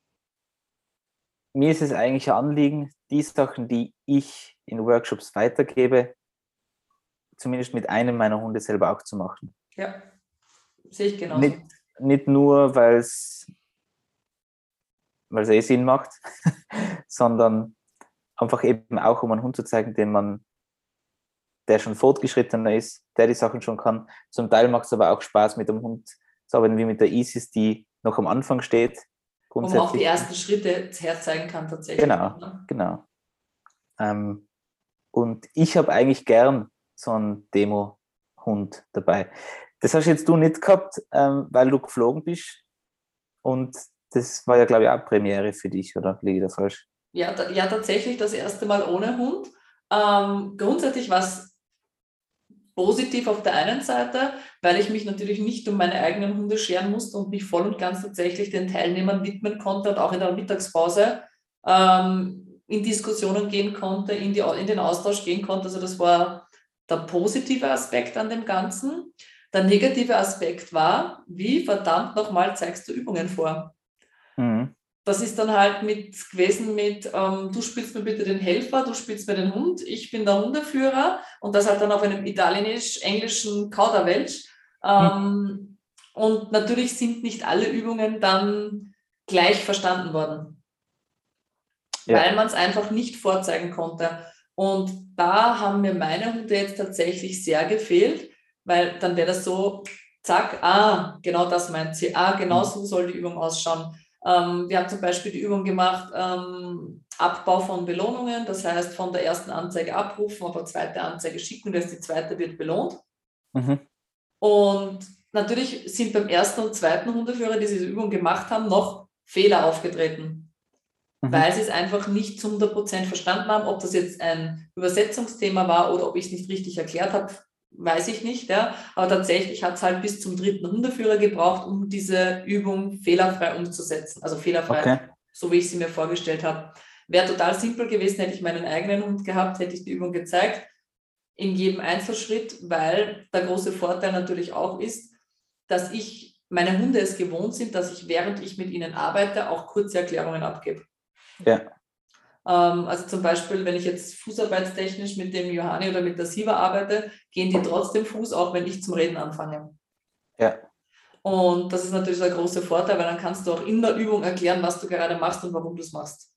Speaker 1: Mir ist es eigentlich ein Anliegen, die Sachen, die ich in Workshops weitergebe, zumindest mit einem meiner Hunde selber auch zu machen.
Speaker 2: Ja, sehe ich genauso.
Speaker 1: Nicht, nicht nur, weil es weil es eh Sinn macht, sondern einfach eben auch, um einen Hund zu zeigen, den man, der schon fortgeschrittener ist, der die Sachen schon kann. Zum Teil macht es aber auch Spaß, mit dem Hund zu arbeiten, wie mit der Isis, die noch am Anfang steht.
Speaker 2: Wo man auch die ersten Schritte herzeigen kann tatsächlich.
Speaker 1: Genau, ne? genau. Ähm, und ich habe eigentlich gern so einen Demo-Hund dabei. Das hast jetzt du nicht gehabt, ähm, weil du geflogen bist und das war ja, glaube ich, auch Premiere für dich, oder liege ich da falsch?
Speaker 2: Ja, da, ja, tatsächlich das erste Mal ohne Hund. Ähm, grundsätzlich war es positiv auf der einen Seite, weil ich mich natürlich nicht um meine eigenen Hunde scheren musste und mich voll und ganz tatsächlich den Teilnehmern widmen konnte und auch in der Mittagspause ähm, in Diskussionen gehen konnte, in, die, in den Austausch gehen konnte. Also das war der positive Aspekt an dem Ganzen. Der negative Aspekt war, wie verdammt nochmal zeigst du Übungen vor? Mhm. Das ist dann halt mit gewesen mit, ähm, du spielst mir bitte den Helfer, du spielst mir den Hund, ich bin der Hundeführer und das halt dann auf einem italienisch-englischen Kauderwelsch. Ähm, mhm. Und natürlich sind nicht alle Übungen dann gleich verstanden worden, ja. weil man es einfach nicht vorzeigen konnte. Und da haben mir meine Hunde jetzt tatsächlich sehr gefehlt, weil dann wäre das so, zack, ah, genau das meint sie, ah, genau so soll die Übung ausschauen. Ähm, wir haben zum Beispiel die Übung gemacht, ähm, Abbau von Belohnungen, das heißt von der ersten Anzeige abrufen, auf eine zweite Anzeige schicken, das die zweite wird belohnt. Mhm. Und natürlich sind beim ersten und zweiten Hundeführer, die diese Übung gemacht haben, noch Fehler aufgetreten,
Speaker 1: Mhm.
Speaker 2: weil sie es einfach nicht zu hundert Prozent verstanden haben. Ob das jetzt ein Übersetzungsthema war oder ob ich es nicht richtig erklärt habe, weiß ich nicht. Ja. Aber tatsächlich hat es halt bis zum dritten Hundeführer gebraucht, um diese Übung fehlerfrei umzusetzen. Also fehlerfrei,
Speaker 1: Okay.
Speaker 2: so wie ich sie mir vorgestellt habe. Wäre total simpel gewesen, hätte ich meinen eigenen Hund gehabt, hätte ich die Übung gezeigt, in jedem Einzelschritt, weil der große Vorteil natürlich auch ist, dass ich, meine Hunde es gewohnt sind, dass ich, während ich mit ihnen arbeite, auch kurze Erklärungen abgebe.
Speaker 1: Ja.
Speaker 2: Ähm, also zum Beispiel, wenn ich jetzt fußarbeitstechnisch mit dem Johanni oder mit der Siva arbeite, gehen die trotzdem Fuß, auch wenn ich zum Reden anfange.
Speaker 1: Ja.
Speaker 2: Und das ist natürlich der große Vorteil, weil dann kannst du auch in der Übung erklären, was du gerade machst und warum du es machst.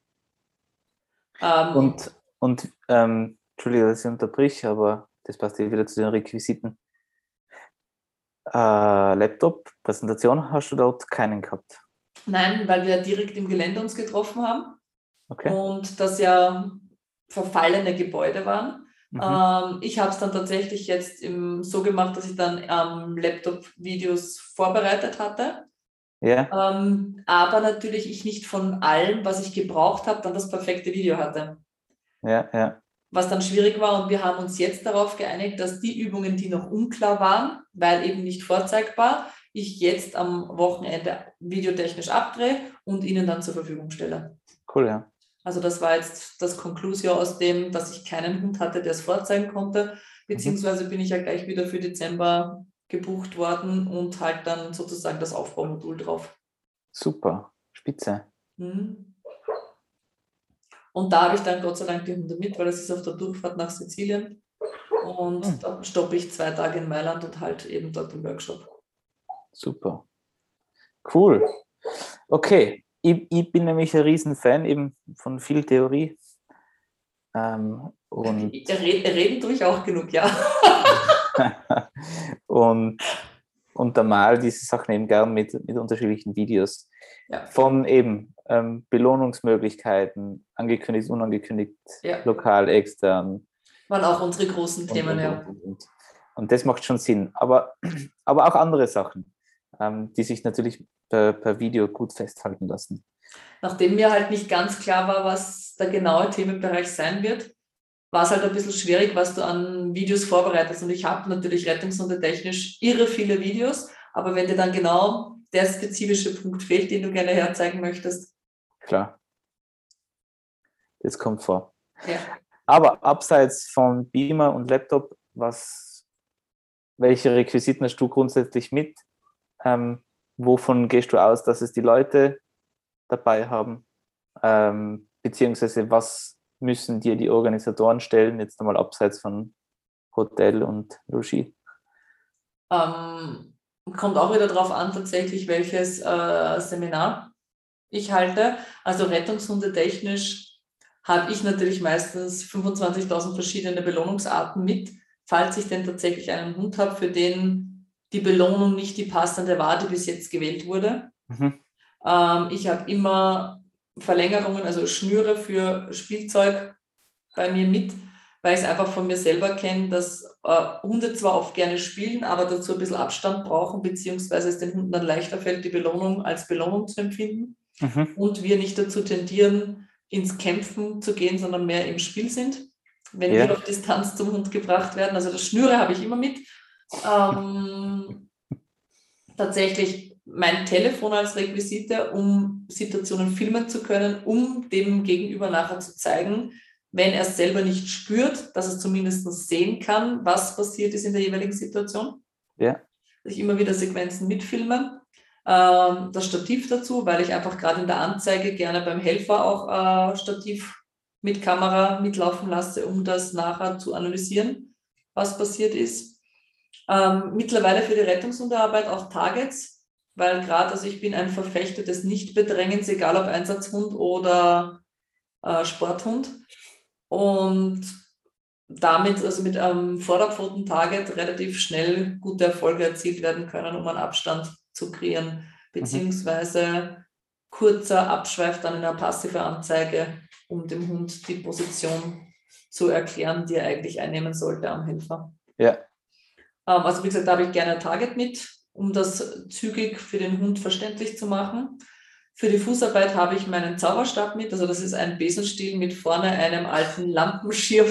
Speaker 2: Ähm,
Speaker 1: Und, und ähm, Entschuldige, dass ich unterbrich, aber das passt ja wieder zu den Requisiten. Äh, Laptop, Präsentation hast du dort keinen gehabt?
Speaker 2: Nein, weil wir direkt im Gelände uns getroffen haben.
Speaker 1: Okay.
Speaker 2: Und das ja verfallene Gebäude waren.
Speaker 1: Mhm.
Speaker 2: Ähm, ich habe es dann tatsächlich jetzt im, so gemacht, dass ich dann am Laptop Videos vorbereitet hatte.
Speaker 1: Ja.
Speaker 2: Ähm, aber natürlich ich nicht von allem, was ich gebraucht habe, dann das perfekte Video hatte.
Speaker 1: Ja, ja.
Speaker 2: Was dann schwierig war, und wir haben uns jetzt darauf geeinigt, dass die Übungen, die noch unklar waren, weil eben nicht vorzeigbar, ich jetzt am Wochenende videotechnisch abdrehe und Ihnen dann zur Verfügung stelle.
Speaker 1: Cool, ja.
Speaker 2: Also das war jetzt das Conclusio aus dem, dass ich keinen Hund hatte, der es vorzeigen konnte, beziehungsweise bin ich ja gleich wieder für Dezember gebucht worden und halt dann sozusagen das Aufbaumodul drauf.
Speaker 1: Super, spitze.
Speaker 2: Mhm. Und da habe ich dann Gott sei Dank die Hunde mit, weil das ist auf der Durchfahrt nach Sizilien. Und
Speaker 1: Mhm.
Speaker 2: da stoppe ich zwei Tage in Mailand und halt eben dort im Workshop.
Speaker 1: Super. Cool. Okay, ich, ich bin nämlich ein Riesenfan eben von viel Theorie. Ähm, und
Speaker 2: Reden, reden tue ich auch genug, ja.
Speaker 1: und untermal diese Sachen eben gern mit, mit unterschiedlichen Videos.
Speaker 2: Ja.
Speaker 1: Von eben ähm, Belohnungsmöglichkeiten, angekündigt, unangekündigt,
Speaker 2: Ja.
Speaker 1: lokal, extern.
Speaker 2: Waren auch unsere großen
Speaker 1: Und,
Speaker 2: Themen,
Speaker 1: und,
Speaker 2: ja.
Speaker 1: und, und. und das macht schon Sinn. Aber, aber auch andere Sachen, ähm, die sich natürlich per, per Video gut festhalten lassen.
Speaker 2: Nachdem mir halt nicht ganz klar war, was der genaue Themenbereich sein wird, war es halt ein bisschen schwierig, was du an Videos vorbereitest. Und ich habe natürlich rettungshundetechnisch irre viele Videos, aber wenn dir dann genau der spezifische Punkt fehlt, den du gerne herzeigen möchtest.
Speaker 1: Klar. Das kommt vor.
Speaker 2: Ja.
Speaker 1: Aber abseits von Beamer und Laptop, was, welche Requisiten hast du grundsätzlich mit? Ähm, wovon gehst du aus, dass es die Leute dabei haben? Ähm, beziehungsweise was müssen dir die Organisatoren stellen, jetzt einmal abseits von Hotel und Logis?
Speaker 2: Ähm, kommt auch wieder darauf an, tatsächlich, welches äh, Seminar ich halte. Also rettungshundetechnisch habe ich natürlich meistens fünfundzwanzigtausend verschiedene Belohnungsarten mit, falls ich denn tatsächlich einen Hund habe, für den die Belohnung nicht die passende war, die bis jetzt gewählt wurde. Mhm. Ähm, ich habe immer Verlängerungen, also Schnüre für Spielzeug bei mir mit, weil ich es einfach von mir selber kenne, dass äh, Hunde zwar oft gerne spielen, aber dazu ein bisschen Abstand brauchen, beziehungsweise es den Hunden dann leichter fällt, die Belohnung als Belohnung zu empfinden. Mhm. Und wir nicht dazu tendieren, ins Kämpfen zu gehen, sondern mehr im Spiel sind, wenn ja. wir auf Distanz zum Hund gebracht werden. Also das Schnüre habe ich immer mit. Ähm, tatsächlich mein Telefon als Requisite, um Situationen filmen zu können, um dem Gegenüber nachher zu zeigen, wenn er es selber nicht spürt, dass es zumindest sehen kann, was passiert ist in der jeweiligen Situation. Ja. Dass ich immer wieder Sequenzen mitfilme. Ähm, das Stativ dazu, weil ich einfach gerade in der Anzeige gerne beim Helfer auch äh, Stativ mit Kamera mitlaufen lasse, um das nachher zu analysieren, was passiert ist. Ähm, mittlerweile für die Rettungshundearbeit auch Targets, weil gerade, also ich bin ein Verfechter des Nichtbedrängens, egal ob Einsatzhund oder äh, Sporthund. Und damit, also mit einem Vorderpfoten-Target relativ schnell gute Erfolge erzielt werden können, um einen Abstand zu kreieren, beziehungsweise kurzer Abschweif dann in einer passiven Anzeige, um dem Hund die Position zu erklären, die er eigentlich einnehmen sollte am Helfer. Ja. Also wie gesagt, da habe ich gerne ein Target mit, um das zügig für den Hund verständlich zu machen. Für die Fußarbeit habe ich meinen Zauberstab mit. Also das ist ein Besenstiel mit vorne einem alten Lampenschirm.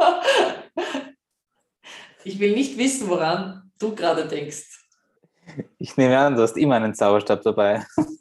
Speaker 2: Ich will nicht wissen, woran du gerade denkst.
Speaker 1: Ich nehme an, du hast immer einen Zauberstab dabei.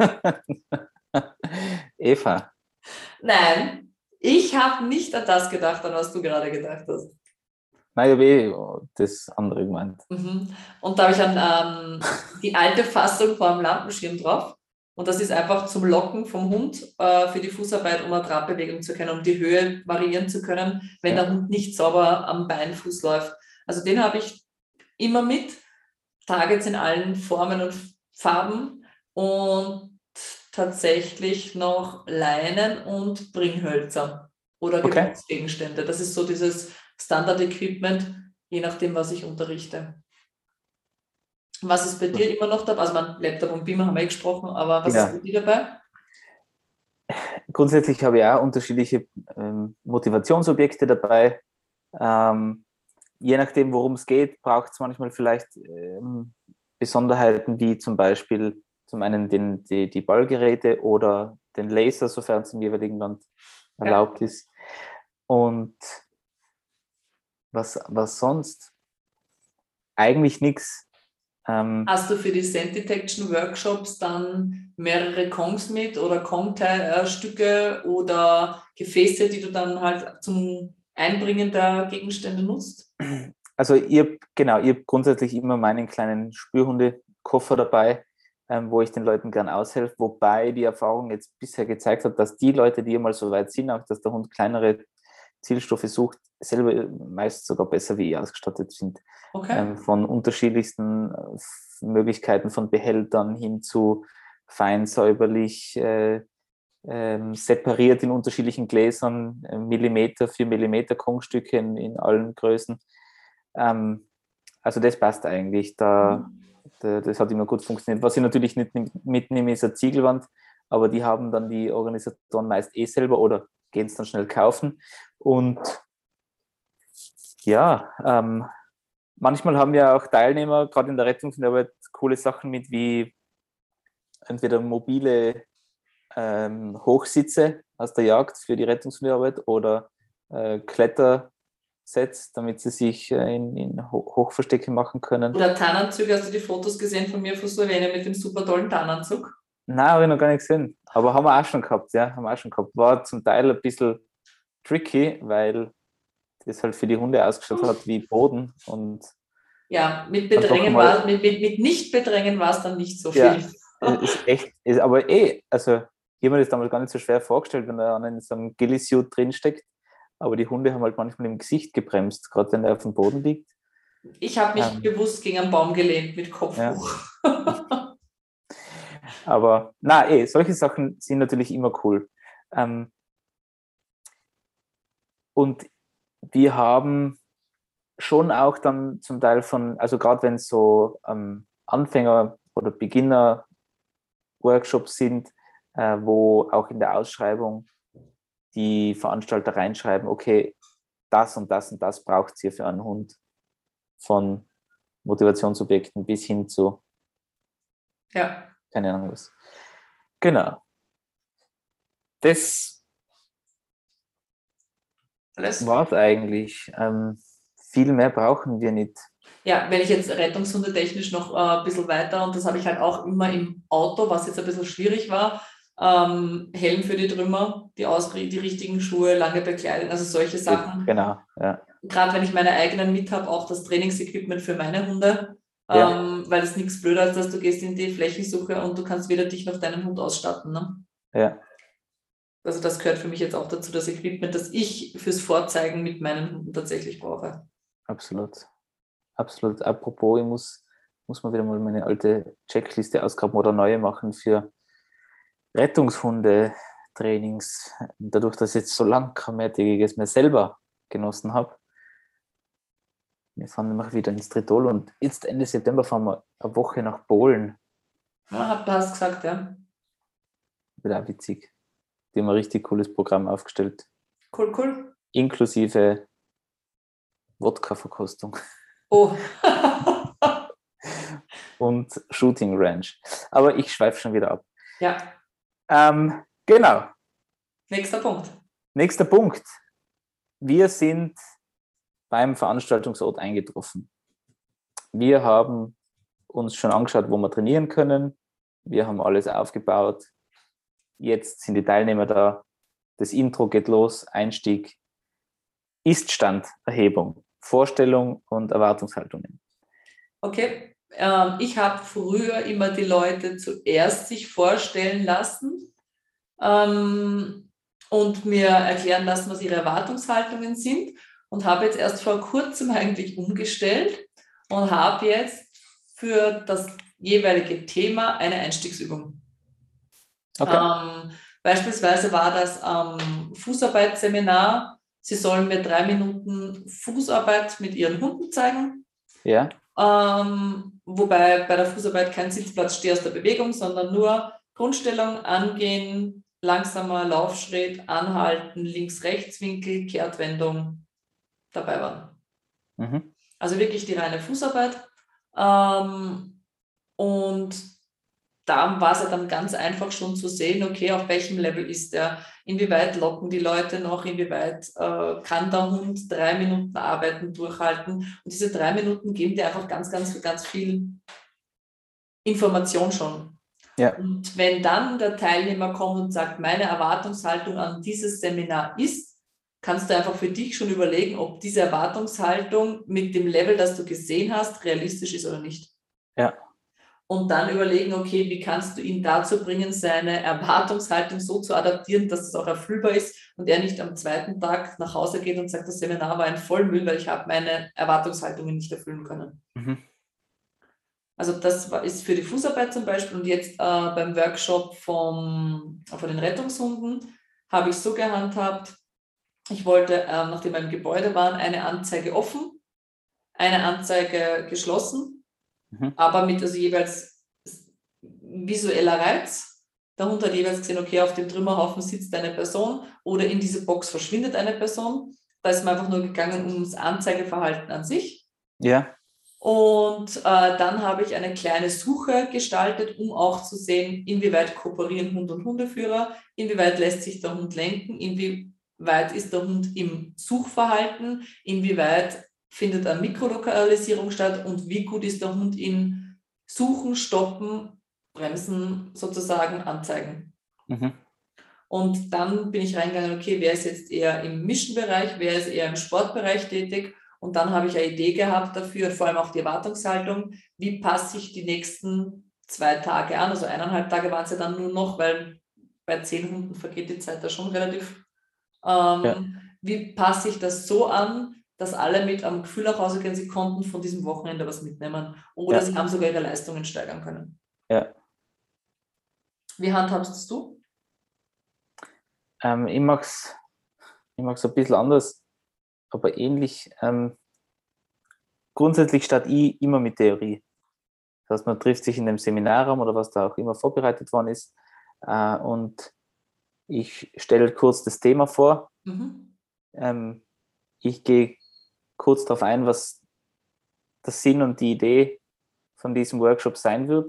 Speaker 1: Eva.
Speaker 2: Nein, ich habe nicht an das gedacht, an was du gerade gedacht hast.
Speaker 1: Nein, ich habe eh das andere gemeint.
Speaker 2: Mhm. Und da habe ich dann ähm, die alte Fassung vor dem Lampenschirm drauf. Und das ist einfach zum Locken vom Hund äh, für die Fußarbeit, um eine Trabbewegung zu können, um die Höhe variieren zu können, wenn
Speaker 1: Ja.
Speaker 2: der Hund nicht sauber am Beinfuß läuft. Also den habe ich immer mit, trage jetzt in allen Formen und Farben und tatsächlich noch Leinen und Bringhölzer oder
Speaker 1: Okay.
Speaker 2: Gebrauchsgegenstände. Das ist so dieses Standard-Equipment, je nachdem, was ich unterrichte. Was ist bei dir immer noch dabei? Also mein Laptop und Beamer haben wir eh gesprochen, aber was
Speaker 1: Ja.
Speaker 2: ist bei dir dabei?
Speaker 1: Grundsätzlich habe ich auch unterschiedliche ähm, Motivationsobjekte dabei. Ähm, je nachdem, worum es geht, braucht es manchmal vielleicht ähm, Besonderheiten wie zum Beispiel zum einen den, die, die Ballgeräte oder den Laser, sofern es im jeweiligen Land erlaubt
Speaker 2: Ja.
Speaker 1: ist. Und was, was sonst? Eigentlich nichts. Ähm,
Speaker 2: Hast du für die Scent Detection Workshops dann mehrere Kongs mit oder Kong-Stücke oder Gefäße, die du dann halt zum Einbringen der Gegenstände nutzt?
Speaker 1: Also ihr, genau, ihr habt grundsätzlich immer meinen kleinen Spürhundekoffer dabei, ähm, wo ich den Leuten gern aushelfe, wobei die Erfahrung jetzt bisher gezeigt hat, dass die Leute, die einmal so weit sind, auch dass der Hund kleinere Zielstoffe sucht, selber meist sogar besser wie ihr ausgestattet sind.
Speaker 2: Okay.
Speaker 1: Ähm, von unterschiedlichsten äh, Möglichkeiten von Behältern hin zu fein säuberlich äh, ähm, separiert in unterschiedlichen Gläsern, äh, Millimeter für Millimeter Kongstücke in, in allen Größen. Ähm, also das passt eigentlich. Da, da, das hat immer gut funktioniert. Was ich natürlich nicht mitnehme, ist eine Ziegelwand, aber die haben dann die Organisatoren meist eh selber oder gehen es dann schnell kaufen. Und ja, ähm, manchmal haben ja auch Teilnehmer, gerade in der Rettungsarbeit, coole Sachen mit, wie entweder mobile ähm, Hochsitze aus der Jagd für die Rettungsarbeit oder äh, Klettersets, damit sie sich äh, in, in Hochverstecke machen können.
Speaker 2: Oder Tarnanzüge, hast du die Fotos gesehen von mir von Slowenien mit dem super tollen Tarnanzug?
Speaker 1: Nein, habe ich noch gar nicht gesehen. Aber haben wir auch schon gehabt, ja, haben wir auch schon gehabt. War zum Teil ein bisschen tricky, weil das halt für die Hunde ausgeschaut hat wie Boden und
Speaker 2: ja, mit Bedrängen war mit, mit, mit Nicht-Bedrängen war es dann nicht so viel.
Speaker 1: Ja, ist echt, ist aber eh, also ich habe mir das damals gar nicht so schwer vorgestellt, wenn er in so einem Ghillie-Suit drinsteckt, aber die Hunde haben halt manchmal im Gesicht gebremst, gerade wenn er auf dem Boden liegt.
Speaker 2: Ich habe mich
Speaker 1: ähm,
Speaker 2: bewusst gegen einen Baum gelehnt mit Kopf
Speaker 1: ja.
Speaker 2: hoch.
Speaker 1: Aber na, eh, solche Sachen sind natürlich immer cool. Ähm, und wir haben schon auch dann zum Teil von, also gerade wenn es so ähm, Anfänger- oder Beginner-Workshops sind, äh, wo auch in der Ausschreibung die Veranstalter reinschreiben, okay, das und das und das braucht es hier für einen Hund. Von Motivationsobjekten bis hin zu,
Speaker 2: ja,
Speaker 1: keine Ahnung was. Genau. Das war es eigentlich. Ähm, viel mehr brauchen wir nicht.
Speaker 2: Ja, wenn ich jetzt rettungshundetechnisch noch äh, ein bisschen weiter, und das habe ich halt auch immer im Auto, was jetzt ein bisschen schwierig war, ähm, Helm für die Trümmer, die, Ausri- die richtigen Schuhe, lange Bekleidung, also solche Sachen.
Speaker 1: Genau, ja.
Speaker 2: Gerade wenn ich meine eigenen mit habe, auch das Trainingsequipment für meine Hunde,
Speaker 1: Ja.
Speaker 2: ähm, weil es nichts blöder ist, dass du gehst in die Flächensuche und du kannst weder dich noch deinen Hund ausstatten. Ne?
Speaker 1: Ja.
Speaker 2: Also das gehört für mich jetzt auch dazu, das Equipment, das ich fürs Vorzeigen mit meinen Hunden tatsächlich brauche.
Speaker 1: Absolut. Absolut. Apropos, ich muss, muss mal wieder mal meine alte Checkliste ausgraben oder neue machen für Rettungshunde-Trainings. Dadurch, dass ich jetzt so lang kein mehrtägiges mehr selber genossen habe. Wir fahren nämlich wieder ins Tritol und jetzt Ende September fahren wir eine Woche nach Polen.
Speaker 2: Ja, du hast gesagt, ja.
Speaker 1: Wird auch witzig. Die haben ein richtig cooles Programm aufgestellt.
Speaker 2: Cool, cool.
Speaker 1: Inklusive Wodka-Verkostung.
Speaker 2: Oh.
Speaker 1: Und Shooting Ranch. Aber ich schweife schon wieder ab.
Speaker 2: Ja.
Speaker 1: Ähm, genau.
Speaker 2: Nächster Punkt.
Speaker 1: Nächster Punkt. Wir sind beim Veranstaltungsort eingetroffen. Wir haben uns schon angeschaut, wo wir trainieren können. Wir haben alles aufgebaut. Jetzt sind die Teilnehmer da. Das Intro geht los. Einstieg. Ist-Stand-Erhebung. Vorstellung und Erwartungshaltungen.
Speaker 2: Okay. Ähm, ich habe früher immer die Leute zuerst sich vorstellen lassen ähm, und mir erklären lassen, was ihre Erwartungshaltungen sind, und habe jetzt erst vor kurzem eigentlich umgestellt und habe jetzt für das jeweilige Thema eine Einstiegsübung.
Speaker 1: Okay.
Speaker 2: Ähm, beispielsweise war das am Fußarbeitsseminar. Sie sollen mir drei Minuten Fußarbeit mit ihren Hunden zeigen.
Speaker 1: Ja.
Speaker 2: Ähm, wobei bei der Fußarbeit kein Sitzplatz steht aus der Bewegung, sondern nur Grundstellung, angehen, langsamer Laufschritt, anhalten, Links-Rechts-Winkel, Kehrtwendung dabei waren.
Speaker 1: Mhm.
Speaker 2: Also wirklich die reine Fußarbeit. Ähm, und da war es ja dann ganz einfach schon zu sehen, okay, auf welchem Level ist der, inwieweit locken die Leute noch, inwieweit äh, kann der Hund drei Minuten arbeiten, durchhalten. Und diese drei Minuten geben dir einfach ganz, ganz, ganz viel Information schon.
Speaker 1: Ja.
Speaker 2: Und wenn dann der Teilnehmer kommt und sagt, meine Erwartungshaltung an dieses Seminar ist, kannst du einfach für dich schon überlegen, ob diese Erwartungshaltung mit dem Level, das du gesehen hast, realistisch ist oder nicht.
Speaker 1: Ja.
Speaker 2: Und dann überlegen, okay, wie kannst du ihn dazu bringen, seine Erwartungshaltung so zu adaptieren, dass es auch erfüllbar ist und er nicht am zweiten Tag nach Hause geht und sagt, das Seminar war ein Vollmüll, weil ich habe meine Erwartungshaltungen nicht erfüllen können.
Speaker 1: Mhm.
Speaker 2: Also das ist für die Fußarbeit zum Beispiel. Und jetzt äh, beim Workshop vom, von den Rettungshunden habe ich so gehandhabt, ich wollte, äh, nachdem wir im Gebäude waren, eine Anzeige offen, eine Anzeige geschlossen,
Speaker 1: Mhm.
Speaker 2: aber mit also jeweils visueller Reiz. Der Hund hat jeweils gesehen, okay, auf dem Trümmerhaufen sitzt eine Person oder in diese Box verschwindet eine Person. Da ist man einfach nur gegangen ums Anzeigeverhalten an sich.
Speaker 1: Ja.
Speaker 2: Und äh, dann habe ich eine kleine Suche gestaltet, um auch zu sehen, inwieweit kooperieren Hund und Hundeführer, inwieweit lässt sich der Hund lenken, inwieweit ist der Hund im Suchverhalten, inwieweit findet eine Mikrolokalisierung statt und wie gut ist der Hund in Suchen, Stoppen, Bremsen sozusagen anzeigen.
Speaker 1: Mhm.
Speaker 2: Und dann bin ich reingegangen, okay, wer ist jetzt eher im Mission-Bereich, wer ist eher im Sportbereich tätig? Und dann habe ich eine Idee gehabt dafür, vor allem auch die Erwartungshaltung, wie passe ich die nächsten zwei Tage an? Also eineinhalb Tage waren es ja dann nur noch, weil bei zehn Hunden vergeht die Zeit da schon relativ. Ähm,
Speaker 1: Ja.
Speaker 2: Wie passe ich das so an, dass alle mit am Gefühl nach Hause gehen, sie konnten von diesem Wochenende was mitnehmen oder
Speaker 1: Ja.
Speaker 2: sie haben sogar ihre Leistungen steigern können.
Speaker 1: Ja.
Speaker 2: Wie handhabst du?
Speaker 1: Ähm, ich mache es ich mag's ein bisschen anders, aber ähnlich. Ähm, grundsätzlich starte ich immer mit Theorie. Das heißt, man trifft sich in einem Seminarraum oder was da auch immer vorbereitet worden ist äh, und ich stelle kurz das Thema vor.
Speaker 2: Mhm.
Speaker 1: Ähm, ich gehe kurz darauf ein, was der Sinn und die Idee von diesem Workshop sein wird.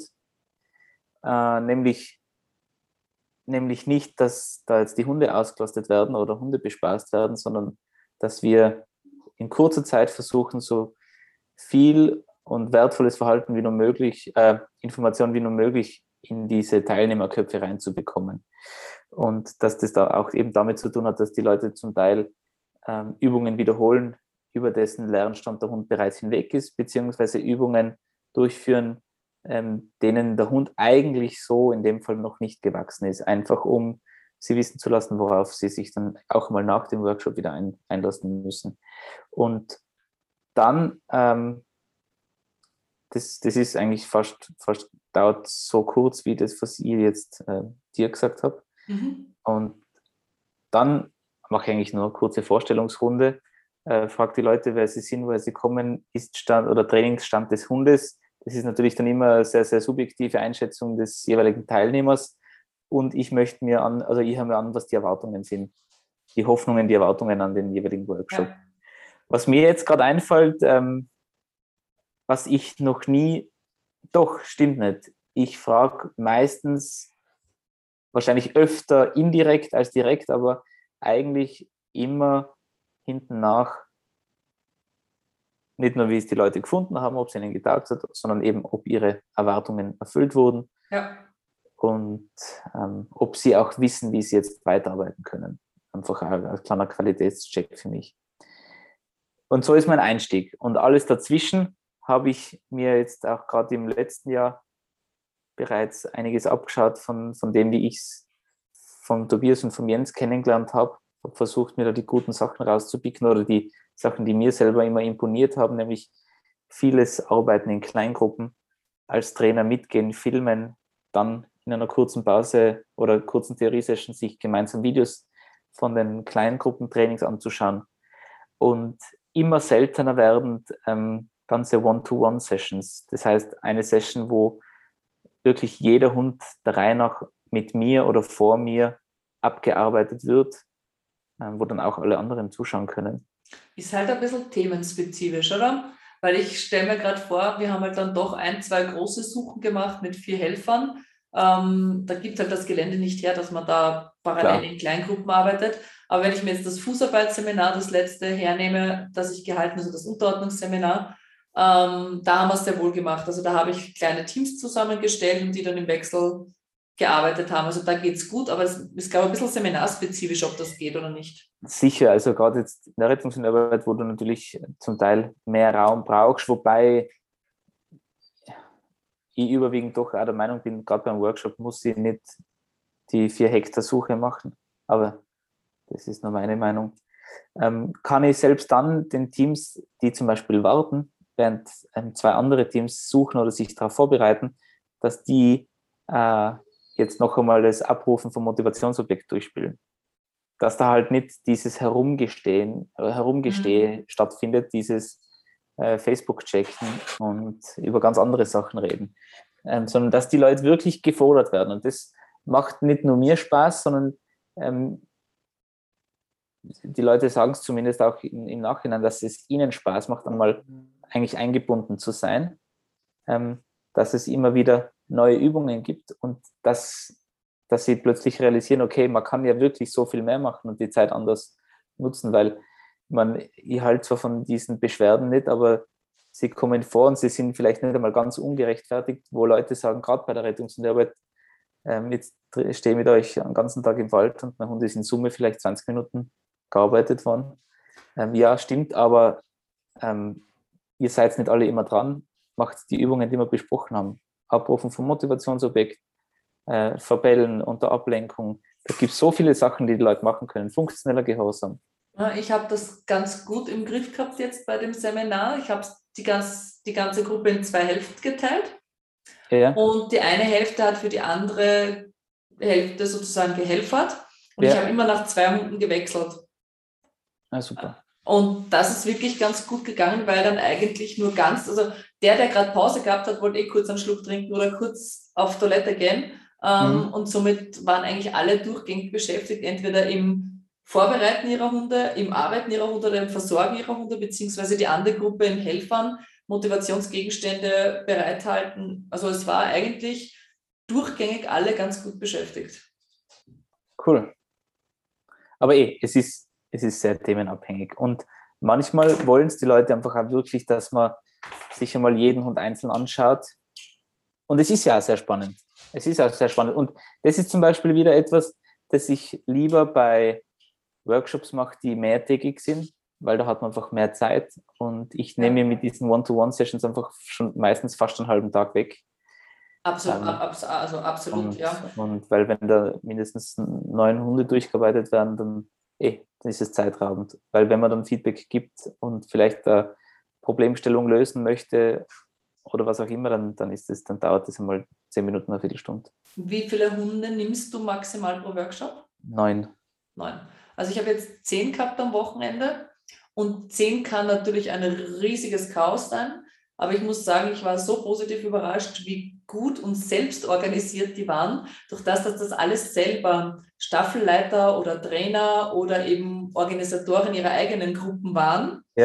Speaker 1: Äh, nämlich, nämlich nicht, dass da jetzt die Hunde ausgelastet werden oder Hunde bespaßt werden, sondern dass wir in kurzer Zeit versuchen, so viel und wertvolles Verhalten wie nur möglich, äh, Informationen wie nur möglich in diese Teilnehmerköpfe reinzubekommen. Und dass das da auch eben damit zu tun hat, dass die Leute zum Teil ähm, Übungen wiederholen, über dessen Lernstand der Hund bereits hinweg ist, beziehungsweise Übungen durchführen, ähm, denen der Hund eigentlich so in dem Fall noch nicht gewachsen ist, einfach um sie wissen zu lassen, worauf sie sich dann auch mal nach dem Workshop wieder ein, einlassen müssen. Und dann, ähm, das, das ist eigentlich fast, fast dauert so kurz, wie das, was ich jetzt äh, dir gesagt habe.
Speaker 2: Mhm.
Speaker 1: Und dann mache ich eigentlich nur eine kurze Vorstellungsrunde, äh, frage die Leute, wer sie sind, woher sie kommen, Ist-Stand oder Trainingsstand des Hundes. Das ist natürlich dann immer eine sehr, sehr subjektive Einschätzung des jeweiligen Teilnehmers. Und ich möchte mir an, also ich höre mir an, was die Erwartungen sind. Die Hoffnungen, die Erwartungen an den jeweiligen Workshop.
Speaker 2: Ja.
Speaker 1: Was mir jetzt gerade einfällt, ähm, was ich noch nie, doch, stimmt nicht. Ich frage meistens wahrscheinlich öfter indirekt als direkt, aber eigentlich immer hinten nach, nicht nur, wie es die Leute gefunden haben, ob es ihnen getaugt hat, sondern eben, ob ihre Erwartungen erfüllt wurden
Speaker 2: Ja.
Speaker 1: und ähm, ob sie auch wissen, wie sie jetzt weiterarbeiten können. Einfach ein, ein kleiner Qualitätscheck für mich. Und so ist mein Einstieg. Und alles dazwischen habe ich mir jetzt auch gerade im letzten Jahr bereits einiges abgeschaut von, von dem, wie ich es von Tobias und von Jens kennengelernt habe. Ich habe versucht, mir da die guten Sachen rauszupicken oder die Sachen, die mir selber immer imponiert haben, nämlich vieles Arbeiten in Kleingruppen, als Trainer mitgehen, filmen, dann in einer kurzen Pause oder kurzen Theoriesession sich gemeinsam Videos von den Kleingruppentrainings anzuschauen und immer seltener werdend ähm, ganze One-to-One-Sessions. Das heißt, eine Session, wo wirklich jeder Hund der Reihe nach mit mir oder vor mir abgearbeitet wird, wo dann auch alle anderen zuschauen können.
Speaker 2: Ist halt ein bisschen themenspezifisch, oder? Weil ich stelle mir gerade vor, wir haben halt dann doch ein, zwei große Suchen gemacht mit vier Helfern. Ähm, da gibt halt das Gelände nicht her, dass man da parallel Klar. in Kleingruppen arbeitet. Aber wenn ich mir jetzt das Fußarbeitsseminar, das letzte, hernehme, das ich gehalten habe, also das Unterordnungsseminar, ähm, da haben wir es sehr wohl gemacht. Also da habe ich kleine Teams zusammengestellt und die dann im Wechsel gearbeitet haben. Also da geht es gut, aber es ist, glaube ich, ein bisschen seminarspezifisch, ob das geht oder nicht.
Speaker 1: Sicher, also gerade jetzt in der Rettungsarbeit, wo du natürlich zum Teil mehr Raum brauchst, wobei ich überwiegend doch auch der Meinung bin, gerade beim Workshop muss ich nicht die vier Hektar Suche machen, aber das ist nur meine Meinung. Ähm, kann ich selbst dann den Teams, die zum Beispiel warten, während ähm, zwei andere Teams suchen oder sich darauf vorbereiten, dass die äh, jetzt noch einmal das Abrufen vom Motivationsobjekt durchspielen. Dass da halt nicht dieses Herumgestehen, äh, Herumgestehe mhm. stattfindet, dieses äh, Facebook-Checken und über ganz andere Sachen reden, ähm, sondern dass die Leute wirklich gefordert werden. Und das macht nicht nur mir Spaß, sondern ähm, die Leute sagen es zumindest auch in, im Nachhinein, dass es ihnen Spaß macht, einmal eigentlich eingebunden zu sein, ähm, dass es immer wieder neue Übungen gibt und dass, dass sie plötzlich realisieren, okay, man kann ja wirklich so viel mehr machen und die Zeit anders nutzen, weil man, ich halte zwar von diesen Beschwerden nicht, aber sie kommen vor und sie sind vielleicht nicht einmal ganz ungerechtfertigt, wo Leute sagen, gerade bei der Rettungsarbeit, ähm, jetzt stehe ich mit euch den ganzen Tag im Wald und mein Hund ist in Summe vielleicht zwanzig Minuten gearbeitet worden. Ähm, ja, stimmt, aber ähm, ihr seid nicht alle immer dran, macht die Übungen, die wir besprochen haben. Abrufen vom Motivationsobjekt, äh, Verbellen unter Ablenkung. Da gibt es so viele Sachen, die die Leute machen können. Funktioneller Gehorsam.
Speaker 2: Ich habe das ganz gut im Griff gehabt jetzt bei dem Seminar. Ich habe die, ganz, die ganze Gruppe in zwei Hälften geteilt. Ja. Und die eine Hälfte hat für die andere Hälfte sozusagen gehelfert. Und ja. ich habe immer nach zwei Hunden gewechselt.
Speaker 1: Ah, super.
Speaker 2: Und das ist wirklich ganz gut gegangen, weil dann eigentlich nur ganz, also der, der gerade Pause gehabt hat, wollte eh kurz einen Schluck trinken oder kurz auf Toilette gehen. Ähm, mhm. Und somit waren eigentlich alle durchgängig beschäftigt, entweder im Vorbereiten ihrer Hunde, im Arbeiten ihrer Hunde oder im Versorgen ihrer Hunde, beziehungsweise die andere Gruppe in Helfern, Motivationsgegenstände bereithalten. Also es war eigentlich durchgängig alle ganz gut beschäftigt.
Speaker 1: Cool. Aber eh, es ist Es ist sehr themenabhängig. Und manchmal wollen es die Leute einfach auch wirklich, dass man sich einmal jeden Hund einzeln anschaut. Und es ist ja auch sehr spannend. Es ist auch sehr spannend. Und das ist zum Beispiel wieder etwas, das ich lieber bei Workshops mache, die mehrtägig sind, weil da hat man einfach mehr Zeit. Und ich nehme mir mit diesen One-to-One-Sessions einfach schon meistens fast einen halben Tag weg.
Speaker 2: Absolut, ähm, abs- also absolut,
Speaker 1: und,
Speaker 2: ja.
Speaker 1: Und weil wenn da mindestens neun Hunde durchgearbeitet werden, dann eh, dann ist es zeitraubend. Weil wenn man dann Feedback gibt und vielleicht eine Problemstellung lösen möchte oder was auch immer, dann, dann, ist das, dann dauert das einmal zehn Minuten, eine Viertelstunde.
Speaker 2: Wie viele Hunde nimmst du maximal pro Workshop?
Speaker 1: Neun.
Speaker 2: Neun. Also ich habe jetzt zehn gehabt am Wochenende und zehn kann natürlich ein riesiges Chaos sein, aber ich muss sagen, ich war so positiv überrascht, wie gut und selbst organisiert die waren, durch das, dass das alles selber Staffelleiter oder Trainer oder eben Organisatoren ihrer eigenen Gruppen waren.
Speaker 1: Ja.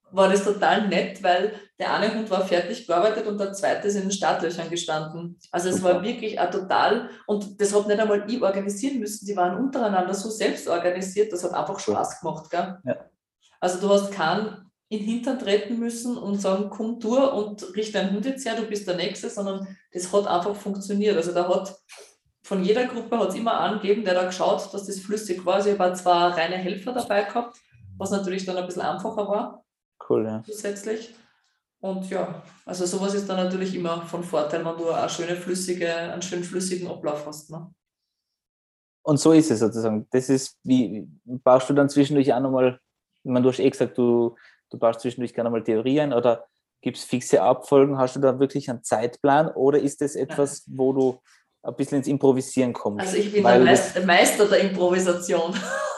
Speaker 2: war das total nett, weil der eine Hund war fertig gearbeitet und der zweite ist in den Startlöchern gestanden. Also es
Speaker 1: Super.
Speaker 2: war wirklich ein total, und das hat nicht einmal ich organisieren müssen, die waren untereinander so selbst organisiert, das hat einfach Spaß gemacht. Gell?
Speaker 1: Ja.
Speaker 2: Also du hast keinen in den Hintern treten müssen und sagen, komm du und richte deinen Hund jetzt her, du bist der Nächste, sondern das hat einfach funktioniert. Also da hat von jeder Gruppe hat es immer einen gegeben, der da geschaut, dass das flüssig war. Also ich habe zwar reine Helfer dabei gehabt, was natürlich dann ein bisschen einfacher war.
Speaker 1: Cool, ja.
Speaker 2: Zusätzlich. Und ja, also sowas ist dann natürlich immer von Vorteil, wenn du eine schöne flüssige, einen schönen flüssigen Ablauf hast. Ne?
Speaker 1: Und so ist es sozusagen. Das ist, wie baust du dann zwischendurch auch nochmal, ich meine, du hast eh gesagt, du, du baust zwischendurch gerne mal Theorie ein oder gibt es fixe Abfolgen? Hast du da wirklich einen Zeitplan oder ist das etwas, Nein. wo du ein bisschen ins Improvisieren kommst?
Speaker 2: Also ich bin der Meister, Meister der Improvisation.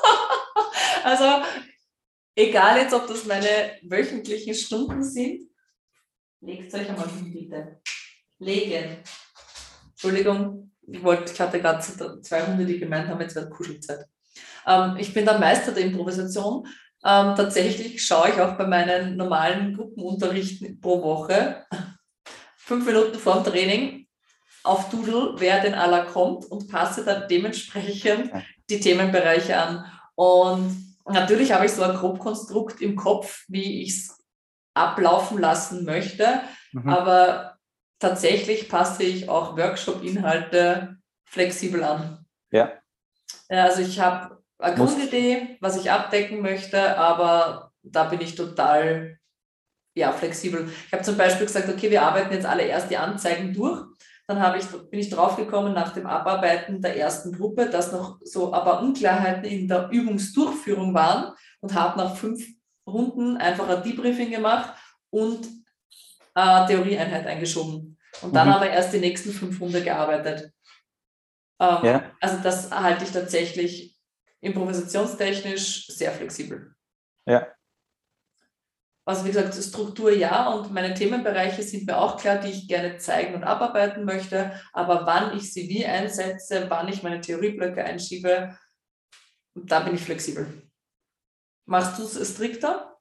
Speaker 2: Also egal jetzt, ob das meine wöchentlichen Stunden sind, legt euch einmal hin, bitte. Legen. Entschuldigung, ich, wollte, ich hatte gerade zwei Hunde, die gemeint haben, jetzt wird Kuschelzeit. Ähm, ich bin der Meister der Improvisation. Ähm, tatsächlich schaue ich auch bei meinen normalen Gruppenunterrichten pro Woche fünf Minuten vor dem Training auf Doodle, wer denn aller kommt und passe dann dementsprechend die Themenbereiche an. Und natürlich habe ich so ein Grobkonstrukt im Kopf, wie ich es ablaufen lassen möchte, mhm. aber tatsächlich passe ich auch Workshop-Inhalte flexibel an.
Speaker 1: Ja.
Speaker 2: Also ich habe eine Muss. Grundidee, was ich abdecken möchte, aber da bin ich total ja, flexibel. Ich habe zum Beispiel gesagt, okay, wir arbeiten jetzt alle erst die Anzeigen durch. Dann habe ich, bin ich draufgekommen nach dem Abarbeiten der ersten Gruppe, dass noch so aber Unklarheiten in der Übungsdurchführung waren und habe nach fünf Runden einfach ein Debriefing gemacht und eine Theorieeinheit eingeschoben. Und dann mhm. haben wir erst die nächsten fünf Runden gearbeitet. Ähm, ja. Also das halte ich tatsächlich improvisationstechnisch sehr flexibel.
Speaker 1: Ja.
Speaker 2: Also wie gesagt, Struktur ja und meine Themenbereiche sind mir auch klar, die ich gerne zeigen und abarbeiten möchte, aber wann ich sie wie einsetze, wann ich meine Theorieblöcke einschiebe, da bin ich flexibel. Machst du es strikter?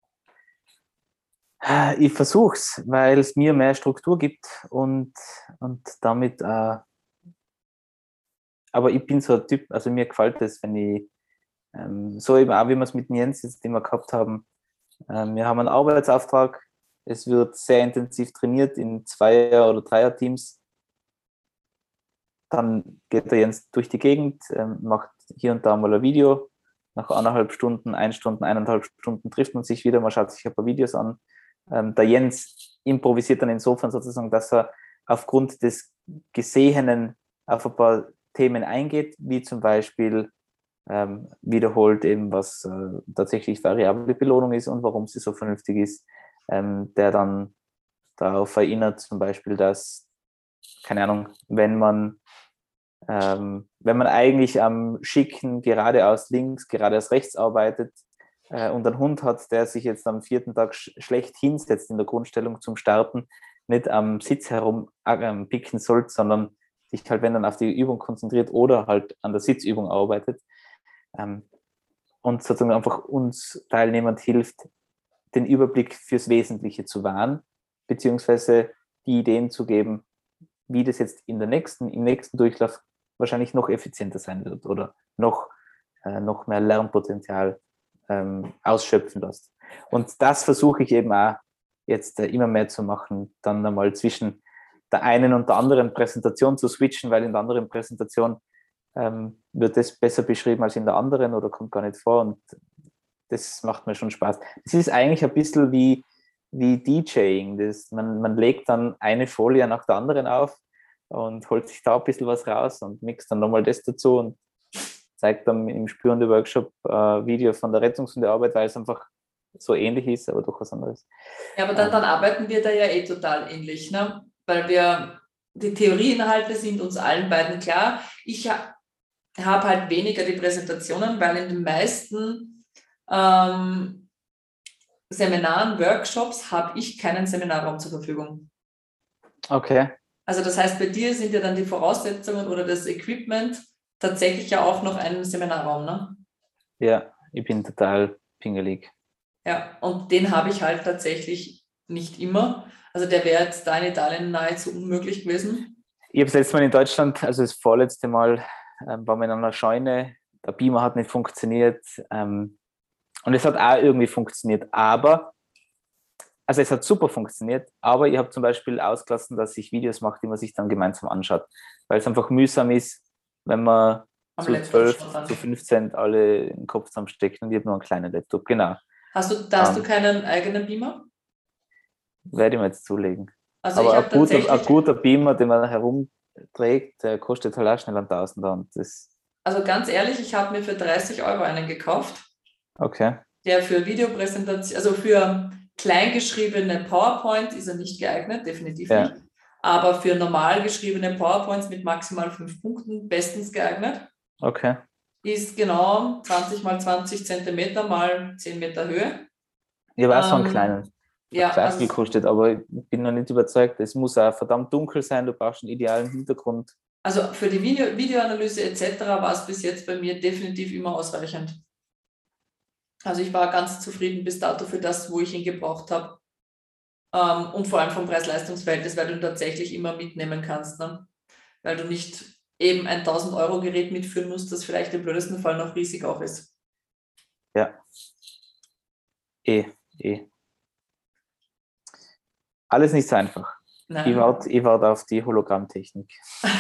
Speaker 1: Ich versuche es, weil es mir mehr Struktur gibt und, und damit, äh, aber ich bin so ein Typ, also mir gefällt es, wenn ich, ähm, so eben auch wie wir es mit Jens jetzt immer gehabt haben, wir haben einen Arbeitsauftrag, es wird sehr intensiv trainiert in Zweier- oder Dreier-Teams. Dann geht der Jens durch die Gegend, macht hier und da mal ein Video. Nach anderthalb Stunden, ein Stunden, eineinhalb Stunden trifft man sich wieder, man schaut sich ein paar Videos an. Der Jens improvisiert dann insofern sozusagen, dass er aufgrund des Gesehenen auf ein paar Themen eingeht, wie zum Beispiel Ähm, wiederholt eben, was äh, tatsächlich variable Belohnung ist und warum sie so vernünftig ist, ähm, der dann darauf erinnert, zum Beispiel, dass, keine Ahnung, wenn man ähm, wenn man eigentlich am Schicken geradeaus links, geradeaus rechts arbeitet äh, und einen Hund hat, der sich jetzt am vierten Tag sch- schlecht hinsetzt in der Grundstellung zum Starten, nicht am Sitz herum äh, picken sollte, sondern sich halt, wenn dann auf die Übung konzentriert oder halt an der Sitzübung arbeitet, Ähm, und sozusagen einfach uns Teilnehmern hilft, den Überblick fürs Wesentliche zu wahren, beziehungsweise die Ideen zu geben, wie das jetzt in der nächsten, im nächsten Durchlauf wahrscheinlich noch effizienter sein wird oder noch, äh, noch mehr Lernpotenzial ähm, ausschöpfen lässt. Und das versuche ich eben auch jetzt äh, immer mehr zu machen, dann einmal zwischen der einen und der anderen Präsentation zu switchen, weil in der anderen Präsentation Ähm, wird das besser beschrieben als in der anderen oder kommt gar nicht vor und das macht mir schon Spaß. Es ist eigentlich ein bisschen wie, wie DJing. Das, man, man legt dann eine Folie nach der anderen auf und holt sich da ein bisschen was raus und mixt dann nochmal das dazu und zeigt dann im Spürhunde-Workshop ein Video von der Rettungshundearbeit, weil es einfach so ähnlich ist, aber doch was anderes.
Speaker 2: Ja, aber dann, dann arbeiten wir da ja eh total ähnlich, ne? Weil wir, die Theorieinhalte sind uns allen beiden klar. Ich habe habe halt weniger die Präsentationen, weil in den meisten ähm, Seminaren, Workshops habe ich keinen Seminarraum zur Verfügung.
Speaker 1: Okay.
Speaker 2: Also das heißt, bei dir sind ja dann die Voraussetzungen oder das Equipment tatsächlich ja auch noch ein Seminarraum, ne?
Speaker 1: Ja, ich bin total pingelig.
Speaker 2: Ja, und den habe ich halt tatsächlich nicht immer. Also der wäre jetzt da in Italien nahezu unmöglich gewesen.
Speaker 1: Ich habe das letzte Mal in Deutschland, also das vorletzte Mal, ähm, waren wir in einer Scheune, der Beamer hat nicht funktioniert ähm, und es hat auch irgendwie funktioniert, aber, also es hat super funktioniert, aber ich habe zum Beispiel ausgelassen, dass ich Videos mache, die man sich dann gemeinsam anschaut, weil es einfach mühsam ist, wenn man
Speaker 2: Am
Speaker 1: zu
Speaker 2: Laptop
Speaker 1: zwölf,
Speaker 2: schaut dann.
Speaker 1: zu fünfzehn alle in den Kopf zusammenstecken und ich habe nur einen kleinen Laptop, genau.
Speaker 2: Hast du, da hast du
Speaker 1: Ähm,
Speaker 2: keinen eigenen Beamer?
Speaker 1: Werde ich mir jetzt zulegen.
Speaker 2: Also ich
Speaker 1: Aber
Speaker 2: habe
Speaker 1: ein guter, ein
Speaker 2: tatsächlich,
Speaker 1: guter Beamer, den man herumträgt, der kostet halt auch schnell einen Tausender und das,
Speaker 2: also ganz ehrlich, ich habe mir für dreißig Euro einen gekauft,
Speaker 1: okay,
Speaker 2: der für Videopräsentation, also für kleingeschriebene PowerPoint ist er nicht geeignet, definitiv
Speaker 1: ja,
Speaker 2: nicht. Aber für normal geschriebene PowerPoints mit maximal fünf Punkten bestens geeignet.
Speaker 1: okay.
Speaker 2: Ist genau zwanzig mal zwanzig Zentimeter mal zehn Meter Höhe.
Speaker 1: Ich habe auch so einen
Speaker 2: Ähm,
Speaker 1: kleinen,
Speaker 2: ja,
Speaker 1: hat gleich viel
Speaker 2: also,
Speaker 1: gekostet, aber ich bin noch nicht überzeugt. Es muss auch verdammt dunkel sein, du brauchst einen idealen Hintergrund.
Speaker 2: also für die Video, Videoanalyse et cetera war es bis jetzt bei mir definitiv immer ausreichend. Also ich war ganz zufrieden bis dato für das, wo ich ihn gebraucht habe. Ähm, und vor allem vom Preis-Leistungs-Verhältnis, weil du ihn tatsächlich immer mitnehmen kannst. Ne? Weil du nicht eben ein tausend Euro Gerät mitführen musst, das vielleicht im blödesten Fall noch riesig auch ist.
Speaker 1: Ja, eh, eh. Alles nicht so einfach.
Speaker 2: Nein.
Speaker 1: Ich warte ich wart auf die Hologrammtechnik.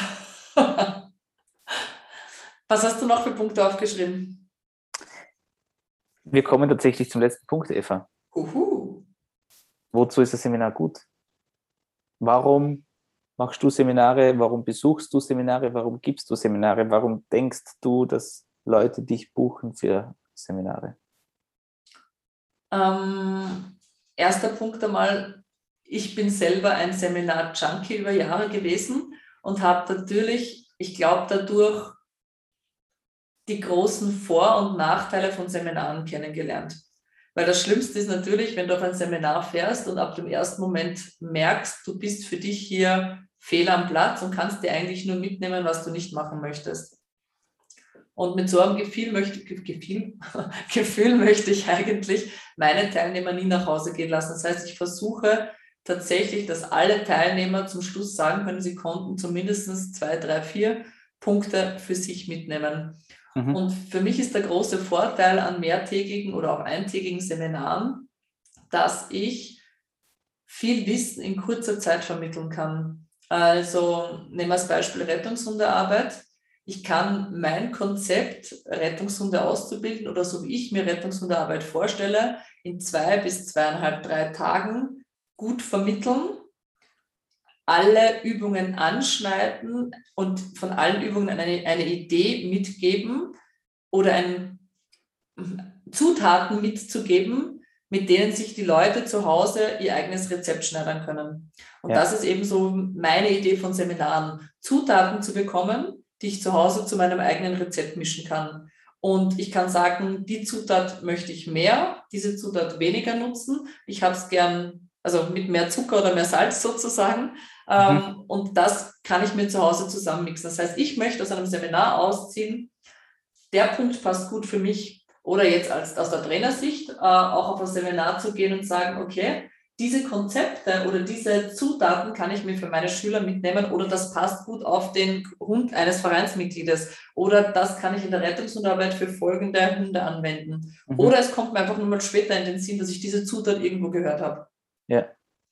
Speaker 2: Was hast du noch für Punkte aufgeschrieben?
Speaker 1: Wir kommen tatsächlich zum letzten Punkt, Eva.
Speaker 2: Uhu.
Speaker 1: Wozu ist das Seminar gut? Warum machst du Seminare? Warum besuchst du Seminare? Warum gibst du Seminare? Warum denkst du, dass Leute dich buchen für Seminare?
Speaker 2: Ähm, erster Punkt einmal, ich bin selber ein Seminar-Junkie über Jahre gewesen und habe natürlich, ich glaube, dadurch die großen Vor- und Nachteile von Seminaren kennengelernt. Weil das Schlimmste ist natürlich, wenn du auf ein Seminar fährst und ab dem ersten Moment merkst, du bist für dich hier fehl am Platz und kannst dir eigentlich nur mitnehmen, was du nicht machen möchtest. Und mit so einem Gefühl möchte, Gefühl, Gefühl möchte ich eigentlich meine Teilnehmer nie nach Hause gehen lassen. Das heißt, ich versuche tatsächlich, dass alle Teilnehmer zum Schluss sagen können, sie konnten zumindest zwei, drei, vier Punkte für sich mitnehmen. Mhm. Und für mich ist der große Vorteil an mehrtägigen oder auch eintägigen Seminaren, dass ich viel Wissen in kurzer Zeit vermitteln kann. Also nehmen wir als Beispiel Rettungshundearbeit. Ich kann mein Konzept, Rettungshunde auszubilden oder so wie ich mir Rettungshundearbeit vorstelle, in zwei bis zweieinhalb, drei Tagen gut vermitteln, alle Übungen anschneiden und von allen Übungen eine, eine Idee mitgeben oder ein, Zutaten mitzugeben, mit denen sich die Leute zu Hause ihr eigenes Rezept schneidern können. Und ja. Das ist eben so meine Idee von Seminaren, Zutaten zu bekommen, die ich zu Hause zu meinem eigenen Rezept mischen kann. Und ich kann sagen, die Zutat möchte ich mehr, diese Zutat weniger nutzen. Ich habe es gern, also mit mehr Zucker oder mehr Salz sozusagen. Mhm. Ähm, und das kann ich mir zu Hause zusammenmixen. Das heißt, ich möchte aus einem Seminar ausziehen, der Punkt passt gut für mich. Oder jetzt als, aus der Trainersicht äh, auch auf ein Seminar zu gehen und sagen, okay, diese Konzepte oder diese Zutaten kann ich mir für meine Schüler mitnehmen oder das passt gut auf den Hund eines Vereinsmitgliedes oder das kann ich in der Rettungshundearbeit für folgende Hunde anwenden. Mhm. Oder es kommt mir einfach nur mal später in den Sinn, dass ich diese Zutat irgendwo gehört habe.
Speaker 1: Ja.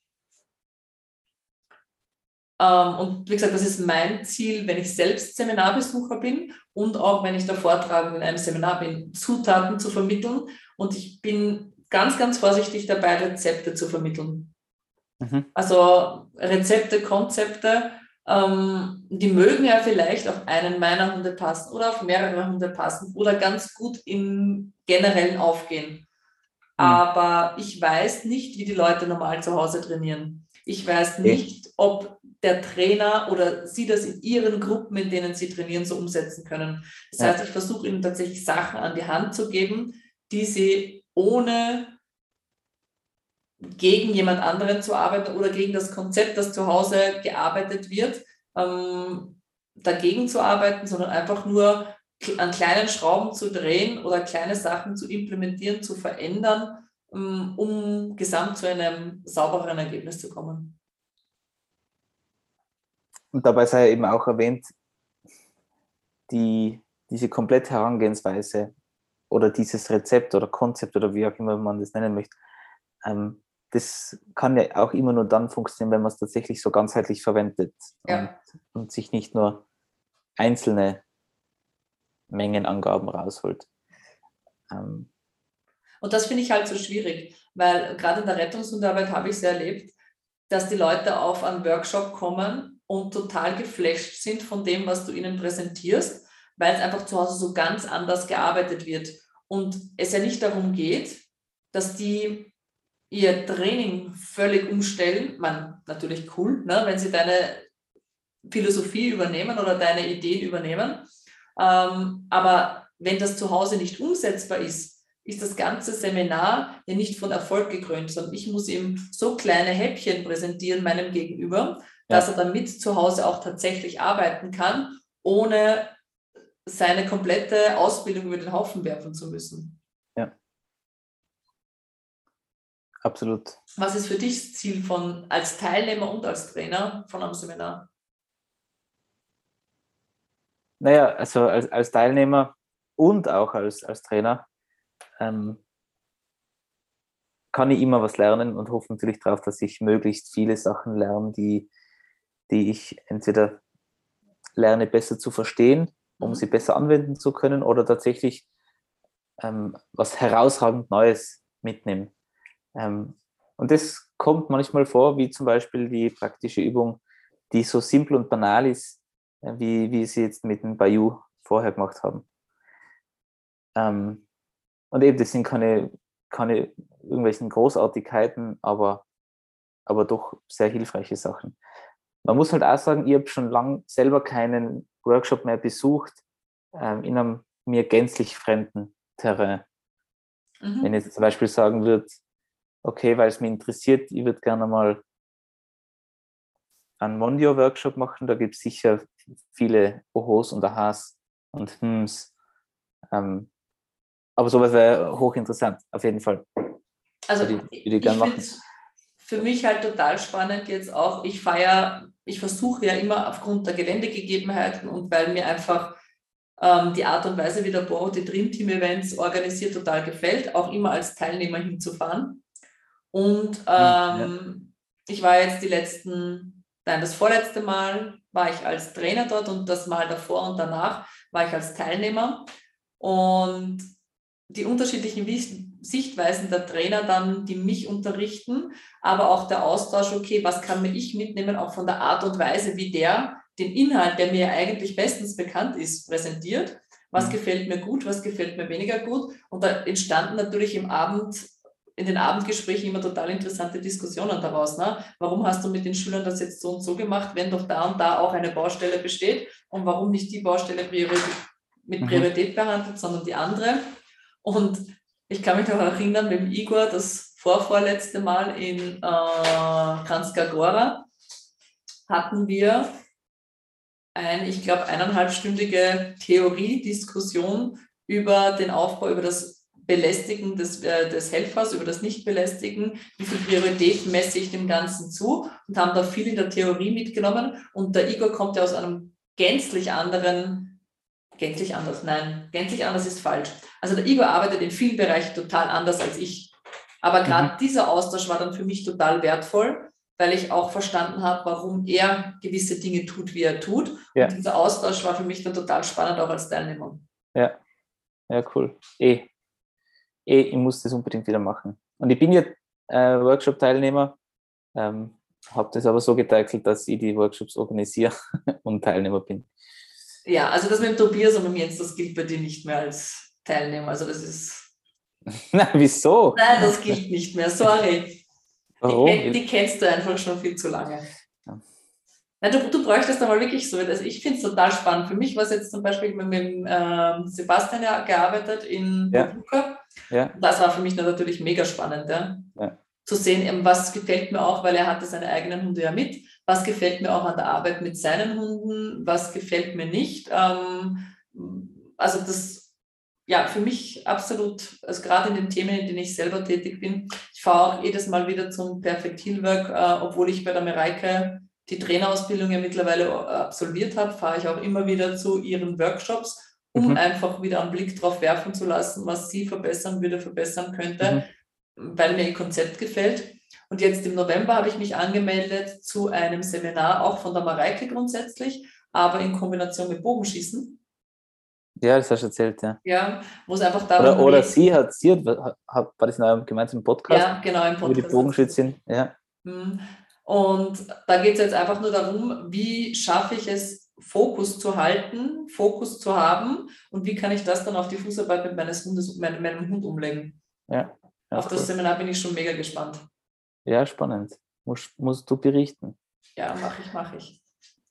Speaker 2: Ähm, und wie gesagt, das ist mein Ziel, wenn ich selbst Seminarbesucher bin und auch wenn ich der Vortragende in einem Seminar bin, Zutaten zu vermitteln. Und ich bin ganz, ganz vorsichtig dabei, Rezepte zu vermitteln. Mhm. Also Rezepte, Konzepte, ähm, die mögen ja vielleicht auf einen meiner Hunde passen oder auf mehrere Hunde passen oder ganz gut im Generellen aufgehen. Mhm. Aber ich weiß nicht, wie die Leute normal zu Hause trainieren. Ich weiß nicht, ob der Trainer oder sie das in ihren Gruppen, in denen sie trainieren, so umsetzen können. Das heißt, ich versuche ihnen tatsächlich Sachen an die Hand zu geben, die sie ohne gegen jemand anderen zu arbeiten oder gegen das Konzept, das zu Hause gearbeitet wird, ähm, dagegen zu arbeiten, sondern einfach nur an kleinen Schrauben zu drehen oder kleine Sachen zu implementieren, zu verändern, um gesamt zu einem saubereren Ergebnis zu kommen.
Speaker 1: Und dabei sei eben auch erwähnt, die, diese komplette Herangehensweise oder dieses Rezept oder Konzept oder wie auch immer man das nennen möchte, ähm, das kann ja auch immer nur dann funktionieren, wenn man es tatsächlich so ganzheitlich verwendet
Speaker 2: Ja.
Speaker 1: und, und sich nicht nur einzelne Mengenangaben rausholt. Ähm,
Speaker 2: Und das finde ich halt so schwierig, weil gerade in der Rettungshundearbeit habe ich es erlebt, dass die Leute auf einen Workshop kommen und total geflasht sind von dem, was du ihnen präsentierst, weil es einfach zu Hause so ganz anders gearbeitet wird. Und es ja nicht darum geht, dass die ihr Training völlig umstellen. Man, natürlich cool, ne, wenn sie deine Philosophie übernehmen oder deine Ideen übernehmen. Ähm, aber wenn das zu Hause nicht umsetzbar ist, ist das ganze Seminar ja nicht von Erfolg gekrönt, sondern ich muss ihm so kleine Häppchen präsentieren meinem Gegenüber, dass ja. er damit zu Hause auch tatsächlich arbeiten kann, ohne seine komplette Ausbildung über den Haufen werfen zu müssen.
Speaker 1: Ja. Absolut.
Speaker 2: Was ist für dich das Ziel von, als Teilnehmer und als Trainer von einem Seminar?
Speaker 1: Naja, also als, als Teilnehmer und auch als, als Trainer ähm, kann ich immer was lernen und hoffe natürlich darauf, dass ich möglichst viele Sachen lerne, die, die ich entweder lerne, besser zu verstehen, um mhm. sie besser anwenden zu können, oder tatsächlich ähm, was herausragend Neues mitnehmen. Ähm, und das kommt manchmal vor, wie zum Beispiel die praktische Übung, die so simpel und banal ist, äh, wie, wie sie jetzt mit dem Bayou vorher gemacht haben. Ähm, und eben, das sind keine, keine irgendwelchen Großartigkeiten, aber, aber doch sehr hilfreiche Sachen. Man muss halt auch sagen, ich habe schon lange selber keinen Workshop mehr besucht ähm, in einem mir gänzlich fremden Terrain. Mhm. Wenn ich jetzt zum Beispiel sagen würde, okay, weil es mich interessiert, ich würde gerne mal einen Mondio-Workshop machen, da gibt es sicher viele Ohos und Ahas und Hms. Ähm, aber sowas wäre hochinteressant, auf jeden Fall.
Speaker 2: Also würde ich, würde ich, ich finde es für mich halt total spannend jetzt auch, ich feiere, ich versuche ja immer aufgrund der Geländegegebenheiten und weil mir einfach ähm, die Art und Weise, wie der Bo die Dream Team Events organisiert, total gefällt, auch immer als Teilnehmer hinzufahren. Und ähm, ja. ich war jetzt die letzten, nein, das vorletzte Mal war ich als Trainer dort und das Mal davor und danach war ich als Teilnehmer. Und die unterschiedlichen Sichtweisen der Trainer dann, die mich unterrichten, aber auch der Austausch, okay, was kann mir ich mitnehmen, auch von der Art und Weise, wie der den Inhalt, der mir eigentlich bestens bekannt ist, präsentiert. Was mhm. gefällt mir gut, was gefällt mir weniger gut. Und da entstanden natürlich im Abend, in den Abendgesprächen immer total interessante Diskussionen daraus. Ne? Warum hast du mit den Schülern das jetzt so und so gemacht, wenn doch da und da auch eine Baustelle besteht? Und warum nicht die Baustelle Priorität, mit Priorität mhm. behandelt, sondern die andere? Und ich kann mich noch erinnern, mit dem Igor, das vorvorletzte Mal in äh, Kranjska Gora, hatten wir eine, ich glaube, eineinhalbstündige Theoriediskussion über den Aufbau, über das Belästigen des, äh, des Helfers, über das Nichtbelästigen, wie viel Priorität messe ich dem Ganzen zu, und haben da viel in der Theorie mitgenommen. Und der Igor kommt ja aus einem gänzlich anderen, gänzlich anders, nein, gänzlich anders ist falsch. Also der Igor arbeitet in vielen Bereichen total anders als ich. Aber gerade mhm. dieser Austausch war dann für mich total wertvoll, weil ich auch verstanden habe, warum er gewisse Dinge tut, wie er tut. Ja. Und dieser Austausch war für mich dann total spannend, auch als Teilnehmer.
Speaker 1: Ja, ja, cool. Eh. eh, ich muss das unbedingt wieder machen. Und ich bin ja äh, Workshop-Teilnehmer, ähm, habe das aber so geteilt, dass ich die Workshops organisiere und Teilnehmer bin.
Speaker 2: Ja, also das mit dem Tobias und mit dem Jens, das gilt bei dir nicht mehr als Teilnehmer. Also das ist...
Speaker 1: Na, wieso?
Speaker 2: Nein, das gilt nicht mehr, sorry. Warum? Die, die kennst du einfach schon viel zu lange. Ja. Nein, du, du bräuchtest aber wirklich so. Also ich finde es total spannend. Für mich war es jetzt zum Beispiel mit, mit ähm, Sebastian ja gearbeitet in Bobuka. Ja. Ja. Das war für mich natürlich mega spannend, ja? Ja. Zu sehen, was gefällt mir auch, weil er hatte seine eigenen Hunde ja mit. Was gefällt mir auch an der Arbeit mit seinen Hunden? Was gefällt mir nicht? Ähm, also das ja, für mich absolut, also gerade in den Themen, in denen ich selber tätig bin. Ich fahre auch jedes Mal wieder zum Perfect Heal Work, äh, obwohl ich bei der Mareike die Trainerausbildung ja mittlerweile absolviert habe, fahre ich auch immer wieder zu ihren Workshops, um mhm. einfach wieder einen Blick drauf werfen zu lassen, was sie verbessern würde, verbessern könnte, mhm. weil mir ihr Konzept gefällt. Und jetzt im November habe ich mich angemeldet zu einem Seminar, auch von der Mareike grundsätzlich, aber in Kombination mit Bogenschießen.
Speaker 1: Ja, das hast du erzählt, ja.
Speaker 2: Ja, wo es einfach darum
Speaker 1: Oder, oder
Speaker 2: geht.
Speaker 1: sie hat, sie hat, hat, war das in einem gemeinsamen Podcast?
Speaker 2: Ja, genau, im Podcast.
Speaker 1: Über die Bogenschützin, ja.
Speaker 2: Und da geht es jetzt einfach nur darum, wie schaffe ich es, Fokus zu halten, Fokus zu haben und wie kann ich das dann auf die Fußarbeit mit meines Hundes, meinem, meinem Hund umlegen.
Speaker 1: Ja,
Speaker 2: auf cool. Das Seminar bin ich schon mega gespannt.
Speaker 1: Ja, spannend. Muss, musst du berichten.
Speaker 2: Ja, mache ich, mache ich.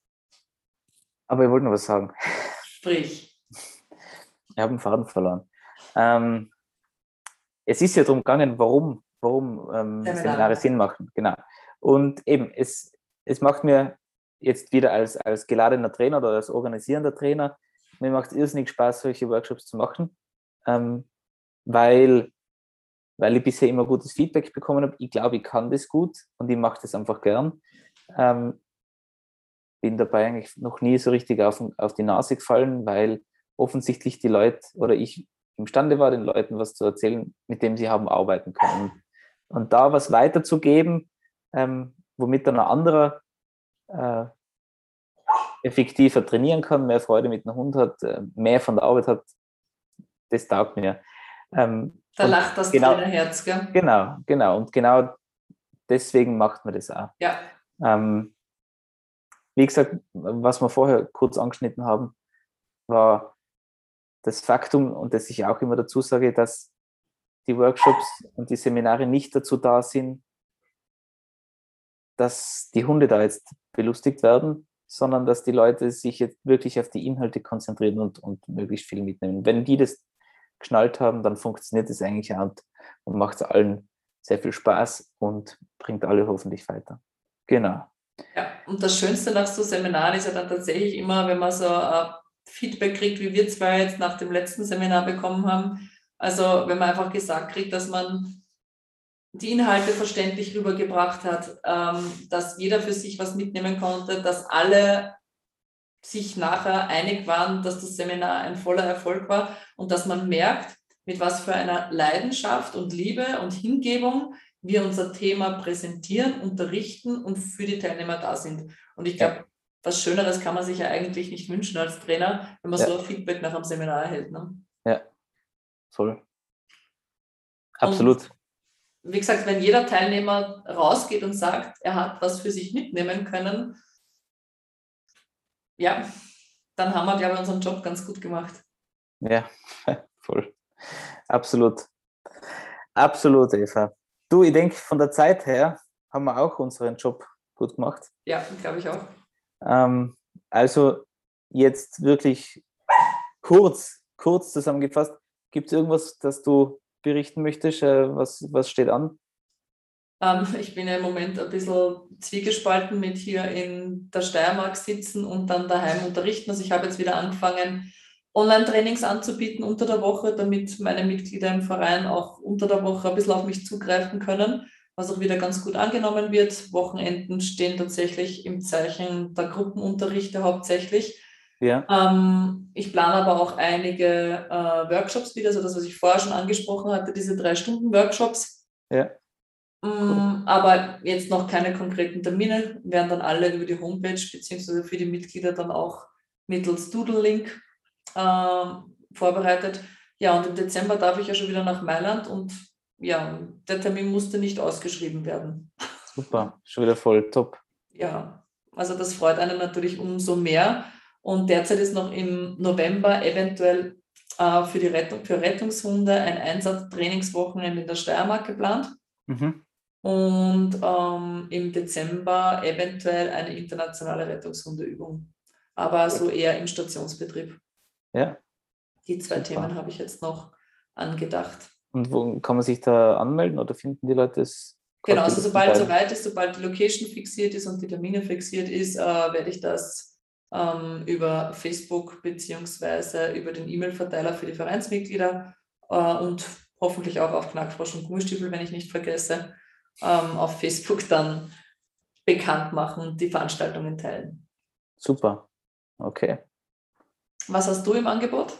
Speaker 1: Aber ich wollte noch was sagen.
Speaker 2: Sprich.
Speaker 1: Ich habe einen Faden verloren. Ähm, es ist ja darum gegangen, warum, warum ähm, Seminare. Seminare Sinn machen. Genau. Und eben, es, es macht mir jetzt wieder als, als geladener Trainer oder als organisierender Trainer, mir macht es irrsinnig Spaß, solche Workshops zu machen, ähm, weil, weil ich bisher immer gutes Feedback bekommen habe. Ich glaube, ich kann das gut und ich mache das einfach gern. Ähm, bin dabei eigentlich noch nie so richtig auf, auf die Nase gefallen, weil offensichtlich die Leute oder ich imstande war, den Leuten was zu erzählen, mit dem sie haben arbeiten können. Und da was weiterzugeben, ähm, womit dann ein anderer äh, effektiver trainieren kann, mehr Freude mit einem Hund hat, äh, mehr von der Arbeit hat, das taugt mir. Ähm,
Speaker 2: da lacht das
Speaker 1: genau,
Speaker 2: Trainerherz, gell?
Speaker 1: Genau, genau. Und genau deswegen macht man das auch.
Speaker 2: Ja.
Speaker 1: Ähm, wie gesagt, was wir vorher kurz angeschnitten haben, war das Faktum, und das ich auch immer dazu sage, dass die Workshops und die Seminare nicht dazu da sind, dass die Hunde da jetzt belustigt werden, sondern dass die Leute sich jetzt wirklich auf die Inhalte konzentrieren und, und möglichst viel mitnehmen. Wenn die das geschnallt haben, dann funktioniert das eigentlich auch und, und macht es allen sehr viel Spaß und bringt alle hoffentlich weiter. Genau.
Speaker 2: Ja, und das Schönste nach so Seminaren ist ja dann tatsächlich immer, wenn man so ein Feedback kriegt, wie wir zwei jetzt nach dem letzten Seminar bekommen haben. Also wenn man einfach gesagt kriegt, dass man die Inhalte verständlich rübergebracht hat, ähm, dass jeder für sich was mitnehmen konnte, dass alle sich nachher einig waren, dass das Seminar ein voller Erfolg war und dass man merkt, mit was für einer Leidenschaft und Liebe und Hingebung wir unser Thema präsentieren, unterrichten und für die Teilnehmer da sind. Und ich glaube, ja. was Schöneres kann man sich ja eigentlich nicht wünschen als Trainer, wenn man ja. so ein Feedback nach einem Seminar erhält. Ne?
Speaker 1: Ja, voll. Absolut.
Speaker 2: Und wie gesagt, wenn jeder Teilnehmer rausgeht und sagt, er hat was für sich mitnehmen können, ja, dann haben wir, glaube ich, unseren Job ganz gut gemacht.
Speaker 1: Ja, voll. Absolut. Absolut, Eva. Du, ich denke, von der Zeit her haben wir auch unseren Job gut gemacht.
Speaker 2: Ja, glaube ich auch.
Speaker 1: Ähm, also jetzt wirklich kurz, kurz zusammengefasst, gibt es irgendwas, das du berichten möchtest? Äh, was, was steht an?
Speaker 2: Ähm, ich bin ja im Moment ein bisschen zwiegespalten mit hier in der Steiermark sitzen und dann daheim unterrichten. Also ich habe jetzt wieder angefangen, Online-Trainings anzubieten unter der Woche, damit meine Mitglieder im Verein auch unter der Woche ein bisschen auf mich zugreifen können, was auch wieder ganz gut angenommen wird. Wochenenden stehen tatsächlich im Zeichen der Gruppenunterrichte hauptsächlich.
Speaker 1: Ja.
Speaker 2: Ähm, ich plane aber auch einige äh, Workshops wieder, so das, was ich vorher schon angesprochen hatte, diese drei Stunden Workshops.
Speaker 1: Ja.
Speaker 2: Cool. Aber jetzt noch keine konkreten Termine, werden dann alle über die Homepage beziehungsweise für die Mitglieder dann auch mittels Doodle-Link äh, vorbereitet. Ja, und im Dezember darf ich ja schon wieder nach Mailand und ja, der Termin musste nicht ausgeschrieben werden.
Speaker 1: Super, schon wieder voll, top.
Speaker 2: Ja, also das freut einen natürlich umso mehr. Und derzeit ist noch im November eventuell äh, für die Rettung, für Rettungshunde ein Einsatz-Trainingswochenende in der Steiermark geplant.
Speaker 1: Mhm.
Speaker 2: Und ähm, im Dezember eventuell eine internationale Rettungshundeübung. Aber so eher im Stationsbetrieb.
Speaker 1: Ja.
Speaker 2: Die zwei Super. Themen habe ich jetzt noch angedacht.
Speaker 1: Und wo kann man sich da anmelden oder finden die Leute es?
Speaker 2: Genau, also sobald es soweit ist, sobald die Location fixiert ist und die Termine fixiert ist, äh, werde ich das ähm, über Facebook beziehungsweise über den E-Mail-Verteiler für die Vereinsmitglieder äh, und hoffentlich auch auf Knackfrosch und Gummistiefel, wenn ich nicht vergesse, ähm, auf Facebook dann bekannt machen und die Veranstaltungen teilen.
Speaker 1: Super, okay.
Speaker 2: Was hast du im Angebot?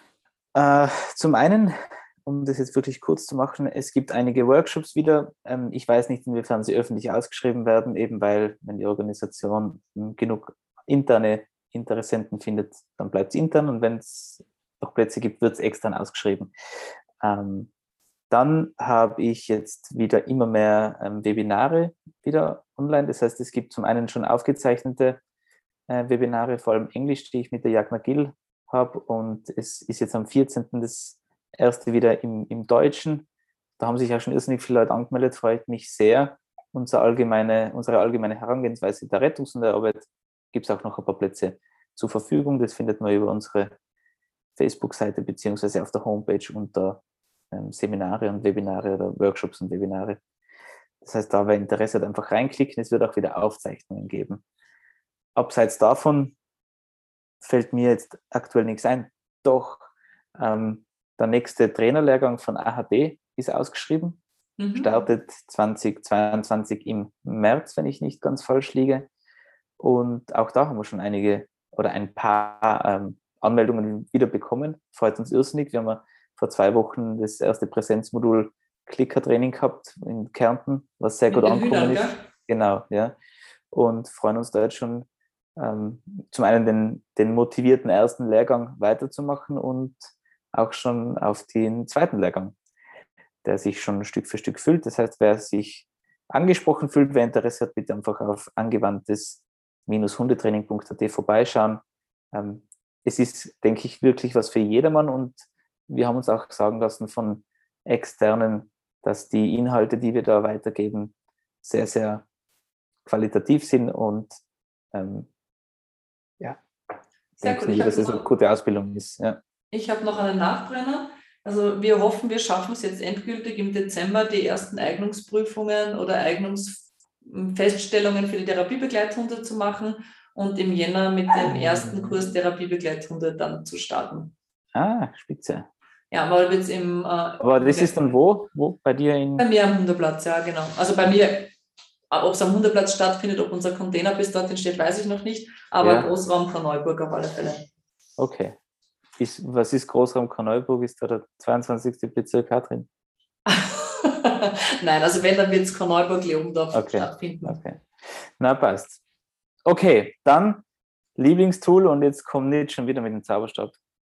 Speaker 1: Äh, zum einen, um das jetzt wirklich kurz zu machen, es gibt einige Workshops wieder. Ähm, ich weiß nicht, inwiefern sie öffentlich ausgeschrieben werden, eben weil, wenn die Organisation ähm, genug interne Interessenten findet, dann bleibt es intern und wenn es noch Plätze gibt, wird es extern ausgeschrieben. Ähm, dann habe ich jetzt wieder immer mehr ähm, Webinare wieder online. Das heißt, es gibt zum einen schon aufgezeichnete äh, Webinare, vor allem Englisch, die ich mit der Jagna Gill habe. Und es ist jetzt am vierzehnten das erste wieder im, im Deutschen. Da haben sich auch schon irrsinnig viele Leute angemeldet, freut mich sehr. Unsere allgemeine, unsere allgemeine Herangehensweise der Rettungs- und der Arbeit gibt es auch noch ein paar Plätze zur Verfügung. Das findet man über unsere Facebook-Seite beziehungsweise auf der Homepage unter ähm, Seminare und Webinare oder Workshops und Webinare. Das heißt, da wer Interesse hat, einfach reinklicken. Es wird auch wieder Aufzeichnungen geben. Abseits davon fällt mir jetzt aktuell nichts ein. Doch ähm, der nächste Trainerlehrgang von A H D ist ausgeschrieben. Mhm. Startet zweitausendzweiundzwanzig im März, wenn ich nicht ganz falsch liege. Und auch da haben wir schon einige oder ein paar ähm, Anmeldungen wieder bekommen. Freut uns irrsinnig. Wir haben ja vor zwei Wochen das erste Präsenzmodul Clicker-Training gehabt in Kärnten, was sehr
Speaker 2: Mit
Speaker 1: gut angekommen
Speaker 2: Hühnern,
Speaker 1: ist.
Speaker 2: gell?
Speaker 1: Genau, ja. Und freuen uns da jetzt schon, ähm, zum einen den, den motivierten ersten Lehrgang weiterzumachen und auch schon auf den zweiten Lehrgang, der sich schon Stück für Stück füllt. Das heißt, wer sich angesprochen fühlt, wer Interesse hat, bitte einfach auf angewandtes hundetraining punkt a t vorbeischauen. Ähm, es ist, denke ich, wirklich was für jedermann und wir haben uns auch sagen lassen von Externen, dass die Inhalte, die wir da weitergeben, sehr, sehr qualitativ sind und ähm, ja,
Speaker 2: sehr
Speaker 1: denke
Speaker 2: cool.
Speaker 1: ich, dass es eine gute Ausbildung ist. Ja.
Speaker 2: Ich habe noch einen Nachbrenner. Also wir hoffen, wir schaffen es jetzt endgültig im Dezember, die ersten Eignungsprüfungen oder Eignungsfeststellungen für die Therapiebegleithunde zu machen und im Jänner mit dem ersten Kurs Therapiebegleithunde dann zu starten.
Speaker 1: Ah, spitze.
Speaker 2: Ja, weil wir jetzt im... Äh,
Speaker 1: Aber das ist dann wo? Wo? Bei dir in...
Speaker 2: Bei mir am Hundeplatz, ja, genau. Also bei mir, ob es am Hundeplatz stattfindet, ob unser Container bis dorthin steht, weiß ich noch nicht. Aber ja. Großraum Korneuburg auf alle Fälle.
Speaker 1: Okay. Ist, was ist Großraum Korneuburg? Ist da der zweiundzwanzigste Bezirk auch drin?
Speaker 2: Nein, also wenn, dann wird es Korneuburg-Leobendorf
Speaker 1: okay.
Speaker 2: stattfinden.
Speaker 1: Okay. Na, passt. Okay, dann Lieblingstool und jetzt kommt nicht schon wieder mit dem Zauberstab.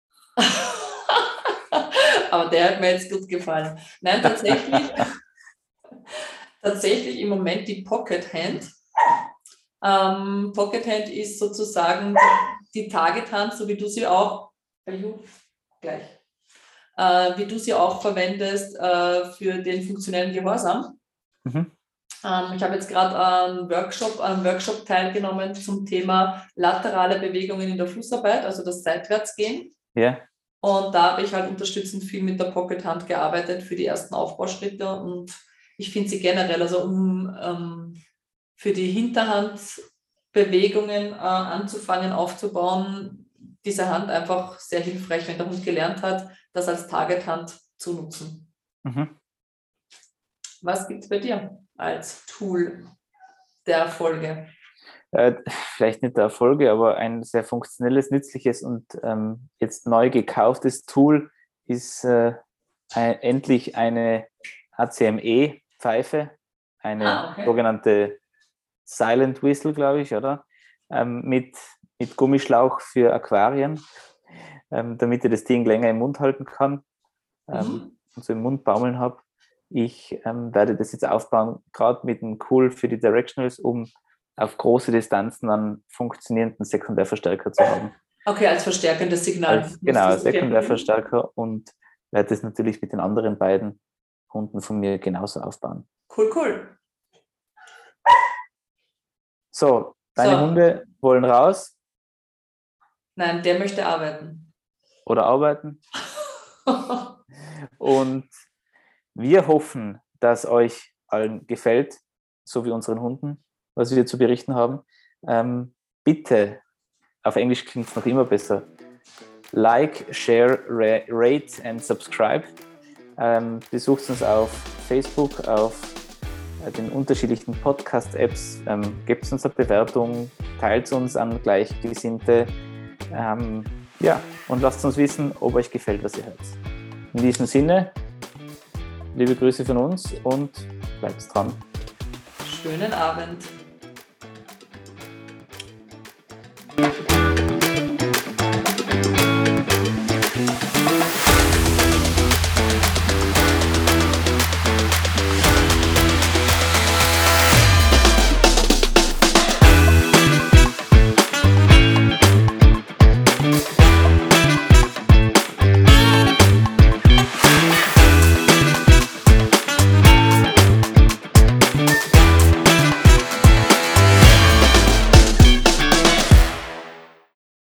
Speaker 2: Aber der hat mir jetzt gut gefallen. Nein, tatsächlich, tatsächlich im Moment die Pocket Hand. Ähm, Pocket Hand ist sozusagen die Target Hand, so wie du sie auch, gleich, äh, wie du sie auch verwendest äh, für den funktionellen Gehorsam. Mhm. Ähm, ich habe jetzt gerade einen Workshop, einen Workshop teilgenommen zum Thema laterale Bewegungen in der Fußarbeit, also das Seitwärtsgehen.
Speaker 1: Ja.
Speaker 2: Und da habe ich halt unterstützend viel mit der Pocket Hand gearbeitet für die ersten Aufbauschritte und ich finde sie generell, also um ähm, für die Hinterhandbewegungen äh, anzufangen, aufzubauen, diese Hand einfach sehr hilfreich, wenn der Hund gelernt hat, das als Target-Hand zu nutzen. Mhm. Was gibt es bei dir als Tool der Erfolge?
Speaker 1: Äh, vielleicht nicht der Erfolge, aber ein sehr funktionelles, nützliches und ähm, jetzt neu gekauftes Tool ist äh, ein, endlich eine A C M E-Pfeife, eine ah, okay. sogenannte Silent Whistle, glaube ich, oder? Ähm, mit, mit Gummischlauch für Aquarien, ähm, damit ich das Ding länger im Mund halten kann ähm, mhm. und so im Mund baumeln habe. Ich ähm, werde das jetzt aufbauen, gerade mit dem Cool für die Directionals, um auf große Distanzen einen funktionierenden Sekundärverstärker zu haben.
Speaker 2: Okay, als verstärkendes Signal.
Speaker 1: Als, genau, als Sekundärverstärker und werde das natürlich mit den anderen beiden Hunden von mir genauso aufbauen.
Speaker 2: Cool, cool.
Speaker 1: So, deine so. Hunde wollen raus?
Speaker 2: Nein, der möchte arbeiten.
Speaker 1: Oder arbeiten. Und wir hoffen, dass euch allen gefällt, so wie unseren Hunden, was wir zu berichten haben. Ähm, bitte auf Englisch klingt es noch immer besser. Like, share, ra- rate and subscribe. Ähm, besucht uns auf Facebook, auf äh, den unterschiedlichen Podcast-Apps. Ähm, gebt uns eine Bewertung, teilt uns an Gleichgesinnte. Ähm, ja, und lasst uns wissen, ob euch gefällt, was ihr hört. In diesem Sinne, liebe Grüße von uns und bleibt dran.
Speaker 2: Schönen Abend.